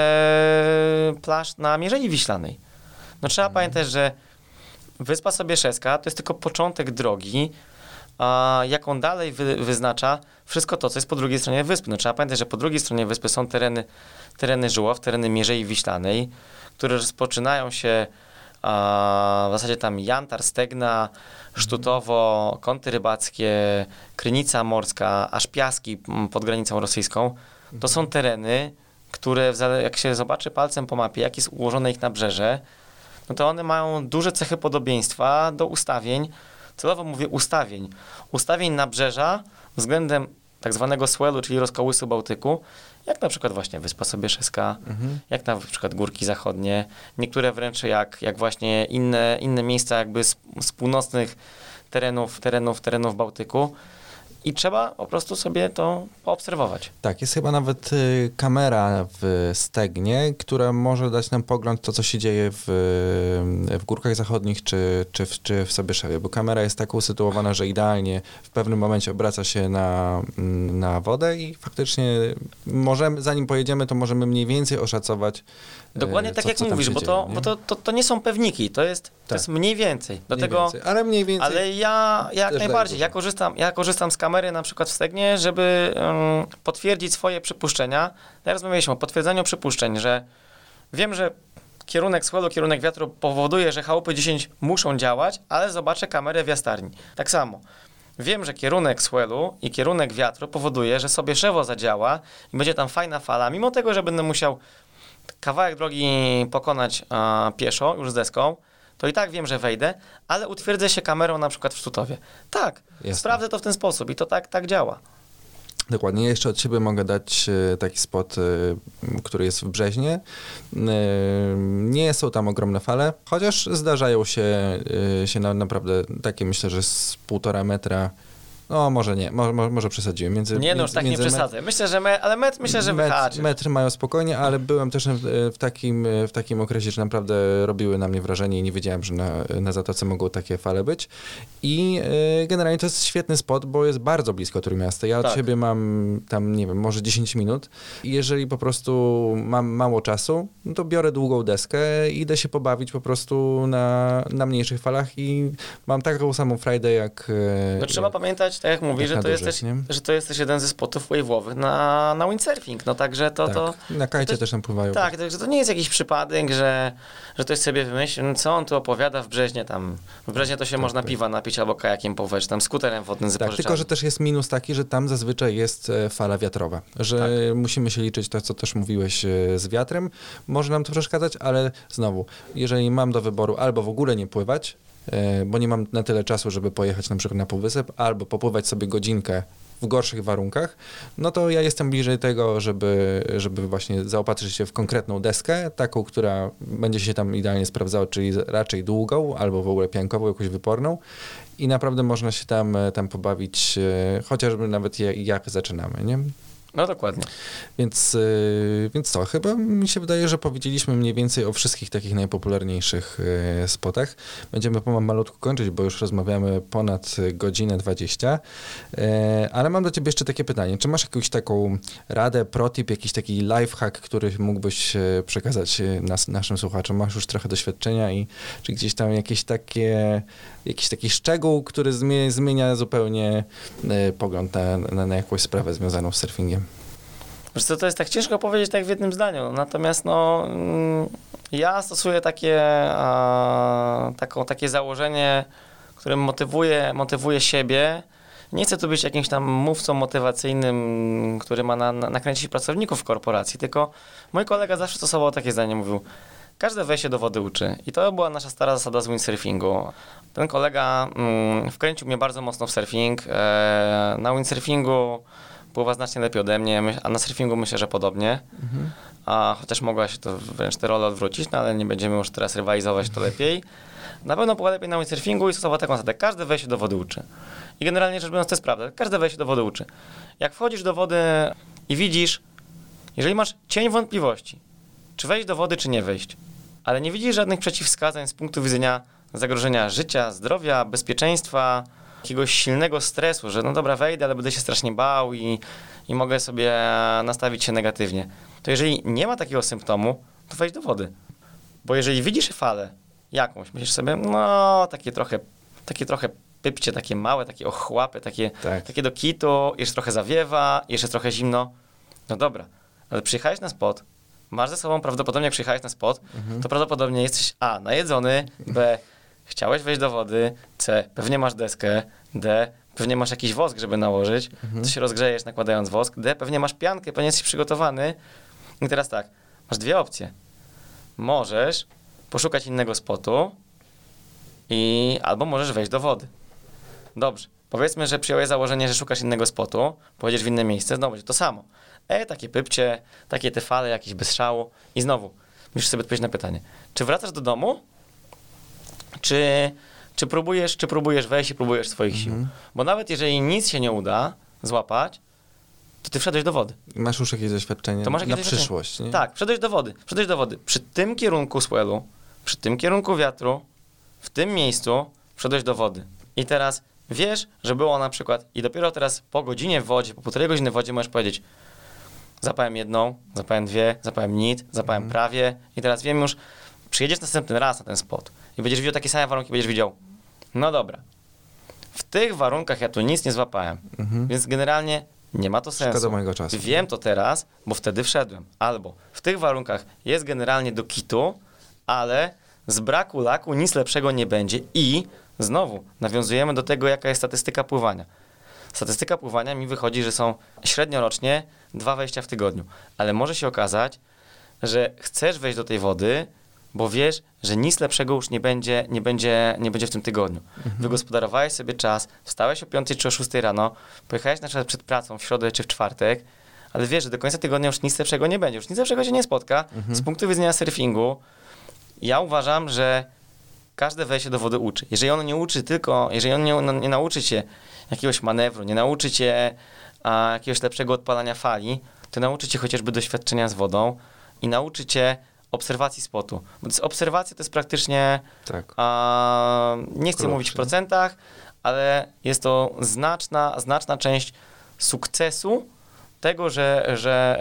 plaż na Mierzei Wiślanej. No trzeba Mhm. pamiętać, że Wyspa Sobieszewska to jest tylko początek drogi, a jaką dalej wy, wyznacza wszystko to, co jest po drugiej stronie wyspy. No trzeba pamiętać, że po drugiej stronie wyspy są tereny, tereny Żuław, tereny Mierzei Wiślanej, które rozpoczynają się a, w zasadzie tam Jantar, Stegna, Sztutowo, Kąty Rybackie, Krynica Morska, aż Piaski m, pod granicą rosyjską. To są tereny, które w zale- jak się zobaczy palcem po mapie, jak jest ułożone ich nabrzeże, no to one mają duże cechy podobieństwa do ustawień, celowo mówię ustawień, ustawień nabrzeża względem tak zwanego swellu, czyli rozkołysu Bałtyku, jak na przykład właśnie Wyspa Sobieszewska, Mhm. jak na przykład Górki Zachodnie, niektóre wręcz jak, jak właśnie inne, inne miejsca jakby z, z północnych terenów, terenów, terenów Bałtyku. I trzeba po prostu sobie to poobserwować. Tak, jest chyba nawet y, kamera w Stegnie, która może dać nam pogląd to, co się dzieje w, w Górkach Zachodnich czy, czy, w, czy w Sobieszewie, bo kamera jest tak usytuowana, że idealnie w pewnym momencie obraca się na, na wodę i faktycznie możemy, zanim pojedziemy, to możemy mniej więcej oszacować. Dokładnie y, tak co, jak co tam mówisz, się bo, dzieje, to, nie? bo to, to, to nie są pewniki, to jest, to Tak. jest mniej więcej. Mniej Dlatego, więcej, ale mniej więcej. ale ja jak też daje najbardziej, dużo. ja korzystam, ja korzystam z kamery na przykład w Stegnie, żeby um, potwierdzić swoje przypuszczenia. Ja rozmawialiśmy o potwierdzeniu przypuszczeń, że wiem, że kierunek swellu, kierunek wiatru powoduje, że chałupy dziesięć muszą działać, ale zobaczę kamerę w jastarni. Tak samo. Wiem, że kierunek swellu i kierunek wiatru powoduje, że Sobieszewo zadziała i będzie tam fajna fala, mimo tego, że będę musiał kawałek drogi pokonać a, pieszo, już z deską, to i tak wiem, że wejdę, ale utwierdzę się kamerą na przykład w Sztutowie. Tak, Jasne. sprawdzę to w ten sposób i to tak, tak działa. Dokładnie. Ja jeszcze od siebie mogę dać e, taki spot, e, który jest w Brzeźnie. E, Nie są tam ogromne fale, chociaż zdarzają się, e, się na, naprawdę takie, myślę, że z półtora metra No może nie, może, może przesadziłem. Między, nie, no już tak nie przesadzę. Myślę, że me, ale metr myślę, że wyhaczy. Metr mają spokojnie, ale byłem też w, w, takim, w takim okresie, że naprawdę robiły na mnie wrażenie i nie wiedziałem, że na, na Zatoce mogą takie fale być. I y, generalnie to jest świetny spot, bo jest bardzo blisko Trójmiasta. Ja od tak. siebie mam tam, nie wiem, może dziesięć minut. I jeżeli po prostu mam mało czasu, no to biorę długą deskę i idę się pobawić po prostu na, na mniejszych falach i mam taką samą frajdę jak... No jak trzeba pamiętać, tak jak mówisz, że to, dużych, jest też, nie? że to jest też jeden ze spotów wave'owych na, na windsurfing, no także to... tak, to na kajcie to, też tam pływają. Tak, także to nie jest jakiś przypadek, że, że ktoś sobie wymyślił, no co on tu opowiada w Brzeźnie tam. W Brzeźnie to się tak, można tak. piwa napić albo kajakiem pływać, tam skuterem wodnym z Tak, tylko że też jest minus taki, że tam zazwyczaj jest e, fala wiatrowa, że tak. musimy się liczyć to, co też mówiłeś, e, z wiatrem. Może nam to przeszkadzać, ale znowu, jeżeli mam do wyboru albo w ogóle nie pływać, e, bo nie mam na tyle czasu, żeby pojechać na przykład na półwysep, albo popływać sobie godzinkę w gorszych warunkach, no to ja jestem bliżej tego, żeby, żeby właśnie zaopatrzyć się w konkretną deskę, taką, która będzie się tam idealnie sprawdzała, czyli raczej długą, albo w ogóle piankową, jakąś wyporną i naprawdę można się tam, tam pobawić, chociażby nawet jak zaczynamy, nie? No dokładnie. Więc, yy, więc co, chyba mi się wydaje, że powiedzieliśmy mniej więcej o wszystkich takich najpopularniejszych yy, spotach. Będziemy pomalutku kończyć, bo już rozmawiamy ponad godzinę dwadzieścia. Yy, ale mam do ciebie jeszcze takie pytanie. Czy masz jakąś taką radę, protip, jakiś taki lifehack, który mógłbyś yy, przekazać yy, nas, naszym słuchaczom? Masz już trochę doświadczenia i czy gdzieś tam jakieś takie, jakiś taki szczegół, który zmienia, zmienia zupełnie yy, pogląd na, na, na jakąś sprawę związaną z surfingiem? Wiesz co, to jest tak ciężko powiedzieć tak w jednym zdaniu, natomiast no, mm, ja stosuję takie, a, taką, takie założenie, które motywuje, motywuje siebie. Nie chcę tu być jakimś tam mówcą motywacyjnym, który ma na, na, nakręcić pracowników w korporacji, tylko mój kolega zawsze stosował takie zdanie, mówił, każde wejście do wody uczy. I to była nasza stara zasada z windsurfingu. Ten kolega mm, wkręcił mnie bardzo mocno w surfing. E, na windsurfingu pływa znacznie lepiej ode mnie, a na surfingu myślę, że podobnie. Mhm. A chociaż mogła się to wręcz te role odwrócić, no ale nie będziemy już teraz rywalizować, to lepiej. Na pewno pływa lepiej na windsurfingu i stosował taką zasadę. Każde wejście do wody uczy. I generalnie rzecz biorąc to jest prawda. Każde wejście do wody uczy. Jak wchodzisz do wody i widzisz, jeżeli masz cień wątpliwości, czy wejść do wody, czy nie wejść, ale nie widzisz żadnych przeciwwskazań z punktu widzenia zagrożenia życia, zdrowia, bezpieczeństwa, jakiegoś silnego stresu, że no dobra, wejdę, ale będę się strasznie bał i, i mogę sobie nastawić się negatywnie. To jeżeli nie ma takiego symptomu, to wejdź do wody. Bo jeżeli widzisz falę jakąś, myślisz sobie, no takie trochę, takie trochę pypcie, takie małe, takie ochłapy, takie, tak. takie do kitu, jeszcze trochę zawiewa, jeszcze trochę zimno, no dobra, ale przyjechałeś na spot, masz ze sobą prawdopodobnie, jak przyjechałeś na spot, mhm. to prawdopodobnie jesteś A, najedzony, B, chciałeś wejść do wody, C, pewnie masz deskę, D, pewnie masz jakiś wosk, żeby nałożyć, mhm. to się rozgrzejesz nakładając wosk, D, pewnie masz piankę, pewnie jesteś przygotowany. I teraz tak, masz dwie opcje. Możesz poszukać innego spotu i albo możesz wejść do wody. Dobrze, powiedzmy, że przyjąłeś założenie, że szukasz innego spotu, pojedziesz w inne miejsce, znowu będzie to samo. E, takie pypcie, takie te fale, jakieś bez szału i znowu musisz sobie odpowiedzieć na pytanie, czy wracasz do domu, czy, czy, próbujesz, czy próbujesz wejść i próbujesz swoich mhm. sił. Bo nawet jeżeli nic się nie uda złapać, to ty wszedłeś do wody. Masz już jakieś doświadczenie to masz jakieś na doświadczenie. przyszłość, nie? Tak, wszedłeś do wody. Wszedłeś do wody. Przy tym kierunku swellu, przy tym kierunku wiatru, w tym miejscu wszedłeś do wody. I teraz wiesz, że było na przykład i dopiero teraz po godzinie w wodzie, po półtorej godziny w wodzie możesz powiedzieć, zapałem jedną, zapałem dwie, zapałem nic, zapałem mhm. prawie i teraz wiem już, przyjedziesz następny raz na ten spot i będziesz widział takie same warunki, będziesz widział, no dobra, w tych warunkach ja tu nic nie złapałem, mhm. więc generalnie nie ma to sensu. Szkoda mojego czasu. Wiem to teraz, bo wtedy wszedłem. Albo w tych warunkach jest generalnie do kitu, ale z braku laku nic lepszego nie będzie i znowu nawiązujemy do tego, jaka jest statystyka pływania. Statystyka pływania mi wychodzi, że są średnio rocznie dwa wejścia w tygodniu, ale może się okazać, że chcesz wejść do tej wody, bo wiesz, że nic lepszego już nie będzie, nie będzie, nie będzie w tym tygodniu. Mhm. Wygospodarowałeś sobie czas, wstałeś o piątej czy o szóstej rano, pojechałeś na przykład przed pracą w środę czy w czwartek, ale wiesz, że do końca tygodnia już nic lepszego nie będzie, już nic lepszego się nie spotka. Mhm. Z punktu widzenia surfingu, ja uważam, że każde wejście do wody uczy. Jeżeli ono nie uczy tylko, jeżeli on nie, no, nie nauczy cię jakiegoś manewru, nie nauczy cię a, jakiegoś lepszego odpalania fali, to nauczy cię chociażby doświadczenia z wodą i nauczy cię obserwacji spotu. Bo to jest, obserwacja to jest praktycznie, Tak. a, nie chcę Klucz, mówić w nie? procentach, ale jest to znaczna, znaczna część sukcesu tego, że, że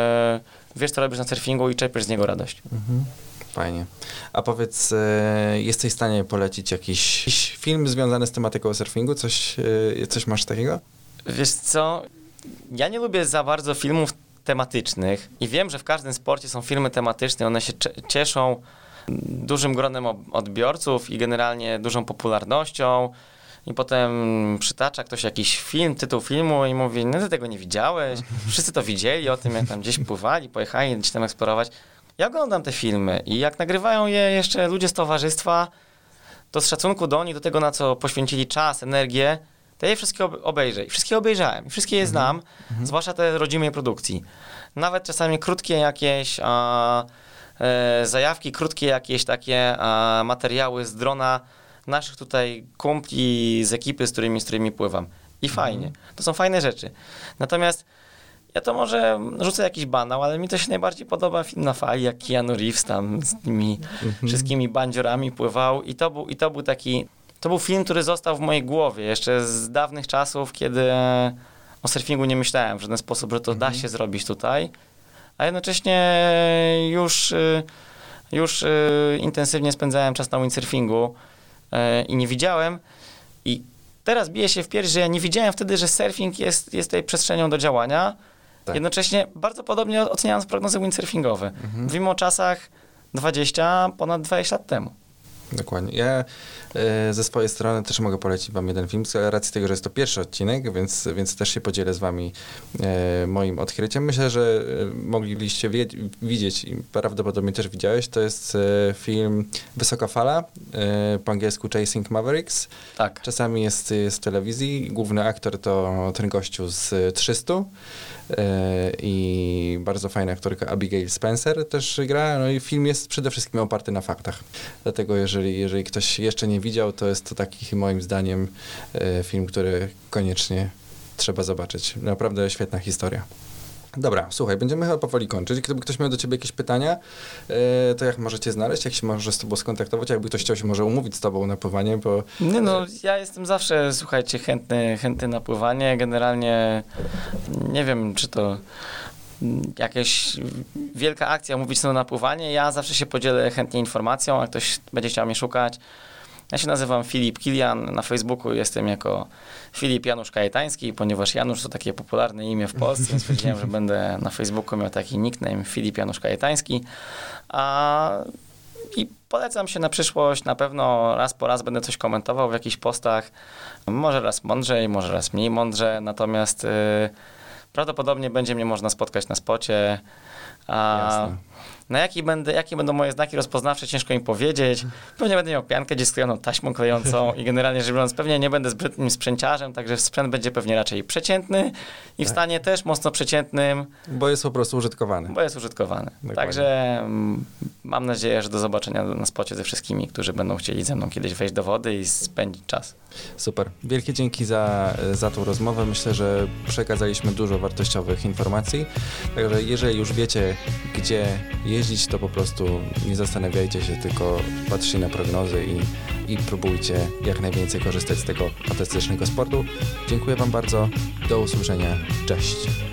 e, wiesz, co robisz na surfingu i czerpiesz z niego radość. Mhm. Fajnie. A powiedz, e, jesteś w stanie polecić jakiś, jakiś film związany z tematyką surfingu? Coś, e, coś masz takiego? Wiesz co, ja nie lubię za bardzo filmów tematycznych i wiem, że w każdym sporcie są filmy tematyczne, one się cze- cieszą dużym gronem ob- odbiorców i generalnie dużą popularnością i potem przytacza ktoś jakiś film, tytuł filmu i mówi, no ty tego nie widziałeś, wszyscy to widzieli o tym, jak tam gdzieś pływali, pojechali gdzieś tam eksplorować. Ja oglądam te filmy i jak nagrywają je jeszcze ludzie z towarzystwa, to z szacunku do nich, do tego, na co poświęcili czas, energię, to ja je wszystkie ob- obejrzę. I wszystkie obejrzałem. I wszystkie je znam, Mhm. zwłaszcza te rodzimej produkcji. Nawet czasami krótkie jakieś a, e, zajawki, krótkie jakieś takie a, materiały z drona naszych tutaj kumpli z ekipy, z którymi, z którymi pływam. I fajnie. To są fajne rzeczy. Natomiast ja to może rzucę jakiś banał, ale mi to się najbardziej podoba film na fali, jak Keanu Reeves tam z tymi Mhm. wszystkimi bandziorami pływał i to był, i to był taki, to był film, który został w mojej głowie jeszcze z dawnych czasów, kiedy o surfingu nie myślałem w żaden sposób, że to Mhm. da się zrobić tutaj, a jednocześnie już, y, już y, intensywnie spędzałem czas na windsurfingu y, i nie widziałem i teraz bije się w pierś, że ja nie widziałem wtedy, że surfing jest, jest tej przestrzenią do działania. Tak. Jednocześnie bardzo podobnie oceniając prognozy windsurfingowe. Mhm. Mówimy o czasach dwadzieścia, ponad dwadzieścia lat temu. Dokładnie. Ja e, ze swojej strony też mogę polecić wam jeden film, z racji tego, że jest to pierwszy odcinek, więc, więc też się podzielę z wami e, moim odkryciem. Myślę, że e, moglibyście wie, widzieć i prawdopodobnie też widziałeś, to jest e, film Wysoka Fala, e, po angielsku Chasing Mavericks. Tak. Czasami jest, jest w telewizji. Główny aktor to ten gościu z trzystu e, i bardzo fajna aktorka Abigail Spencer też gra. No i film jest przede wszystkim oparty na faktach. Dlatego jeżeli, jeżeli ktoś jeszcze nie widział, to jest to taki moim zdaniem e, film, który koniecznie trzeba zobaczyć. Naprawdę świetna historia. Dobra, słuchaj, będziemy chyba powoli kończyć. Gdyby ktoś miał do ciebie jakieś pytania, e, to jak możecie znaleźć, jak się może z tobą skontaktować, jakby ktoś chciał się może umówić z tobą na pływanie, bo... Nie no, ja jestem zawsze, słuchajcie, chętny, chętny na pływanie. Generalnie nie wiem, czy to jakaś wielka akcja mówić no na pływanie. Ja zawsze się podzielę chętnie informacją, jak ktoś będzie chciał mnie szukać. Ja się nazywam Filip Kilian, na Facebooku jestem jako Filip Janusz Kajetański, ponieważ Janusz to takie popularne imię w Polsce, więc stwierdziłem, że będę na Facebooku miał taki nickname Filip Janusz Kajetański. A, I polecam się na przyszłość, na pewno raz po raz będę coś komentował w jakichś postach, może raz mądrzej, może raz mniej mądrze, natomiast y, prawdopodobnie będzie mnie można spotkać na spocie. A, Jasne. na jaki będę, jakie będą moje znaki rozpoznawcze, ciężko im powiedzieć. Pewnie będę miał piankę gdzieś sklejoną taśmą klejącą i generalnie rzecz biorąc pewnie nie będę zbytnim sprzęciarzem, także sprzęt będzie pewnie raczej przeciętny i w Tak. stanie też mocno przeciętnym, Bo jest po prostu użytkowany. bo jest użytkowany. Dokładnie. Także mm, mam nadzieję, że do zobaczenia na spocie ze wszystkimi, którzy będą chcieli ze mną kiedyś wejść do wody i spędzić czas. Super. Wielkie dzięki za, za tą rozmowę. Myślę, że przekazaliśmy dużo wartościowych informacji. Także jeżeli już wiecie, gdzie jeździć, to po prostu nie zastanawiajcie się, tylko patrzcie na prognozy i, i próbujcie jak najwięcej korzystać z tego fantastycznego sportu. Dziękuję wam bardzo. Do usłyszenia. Cześć.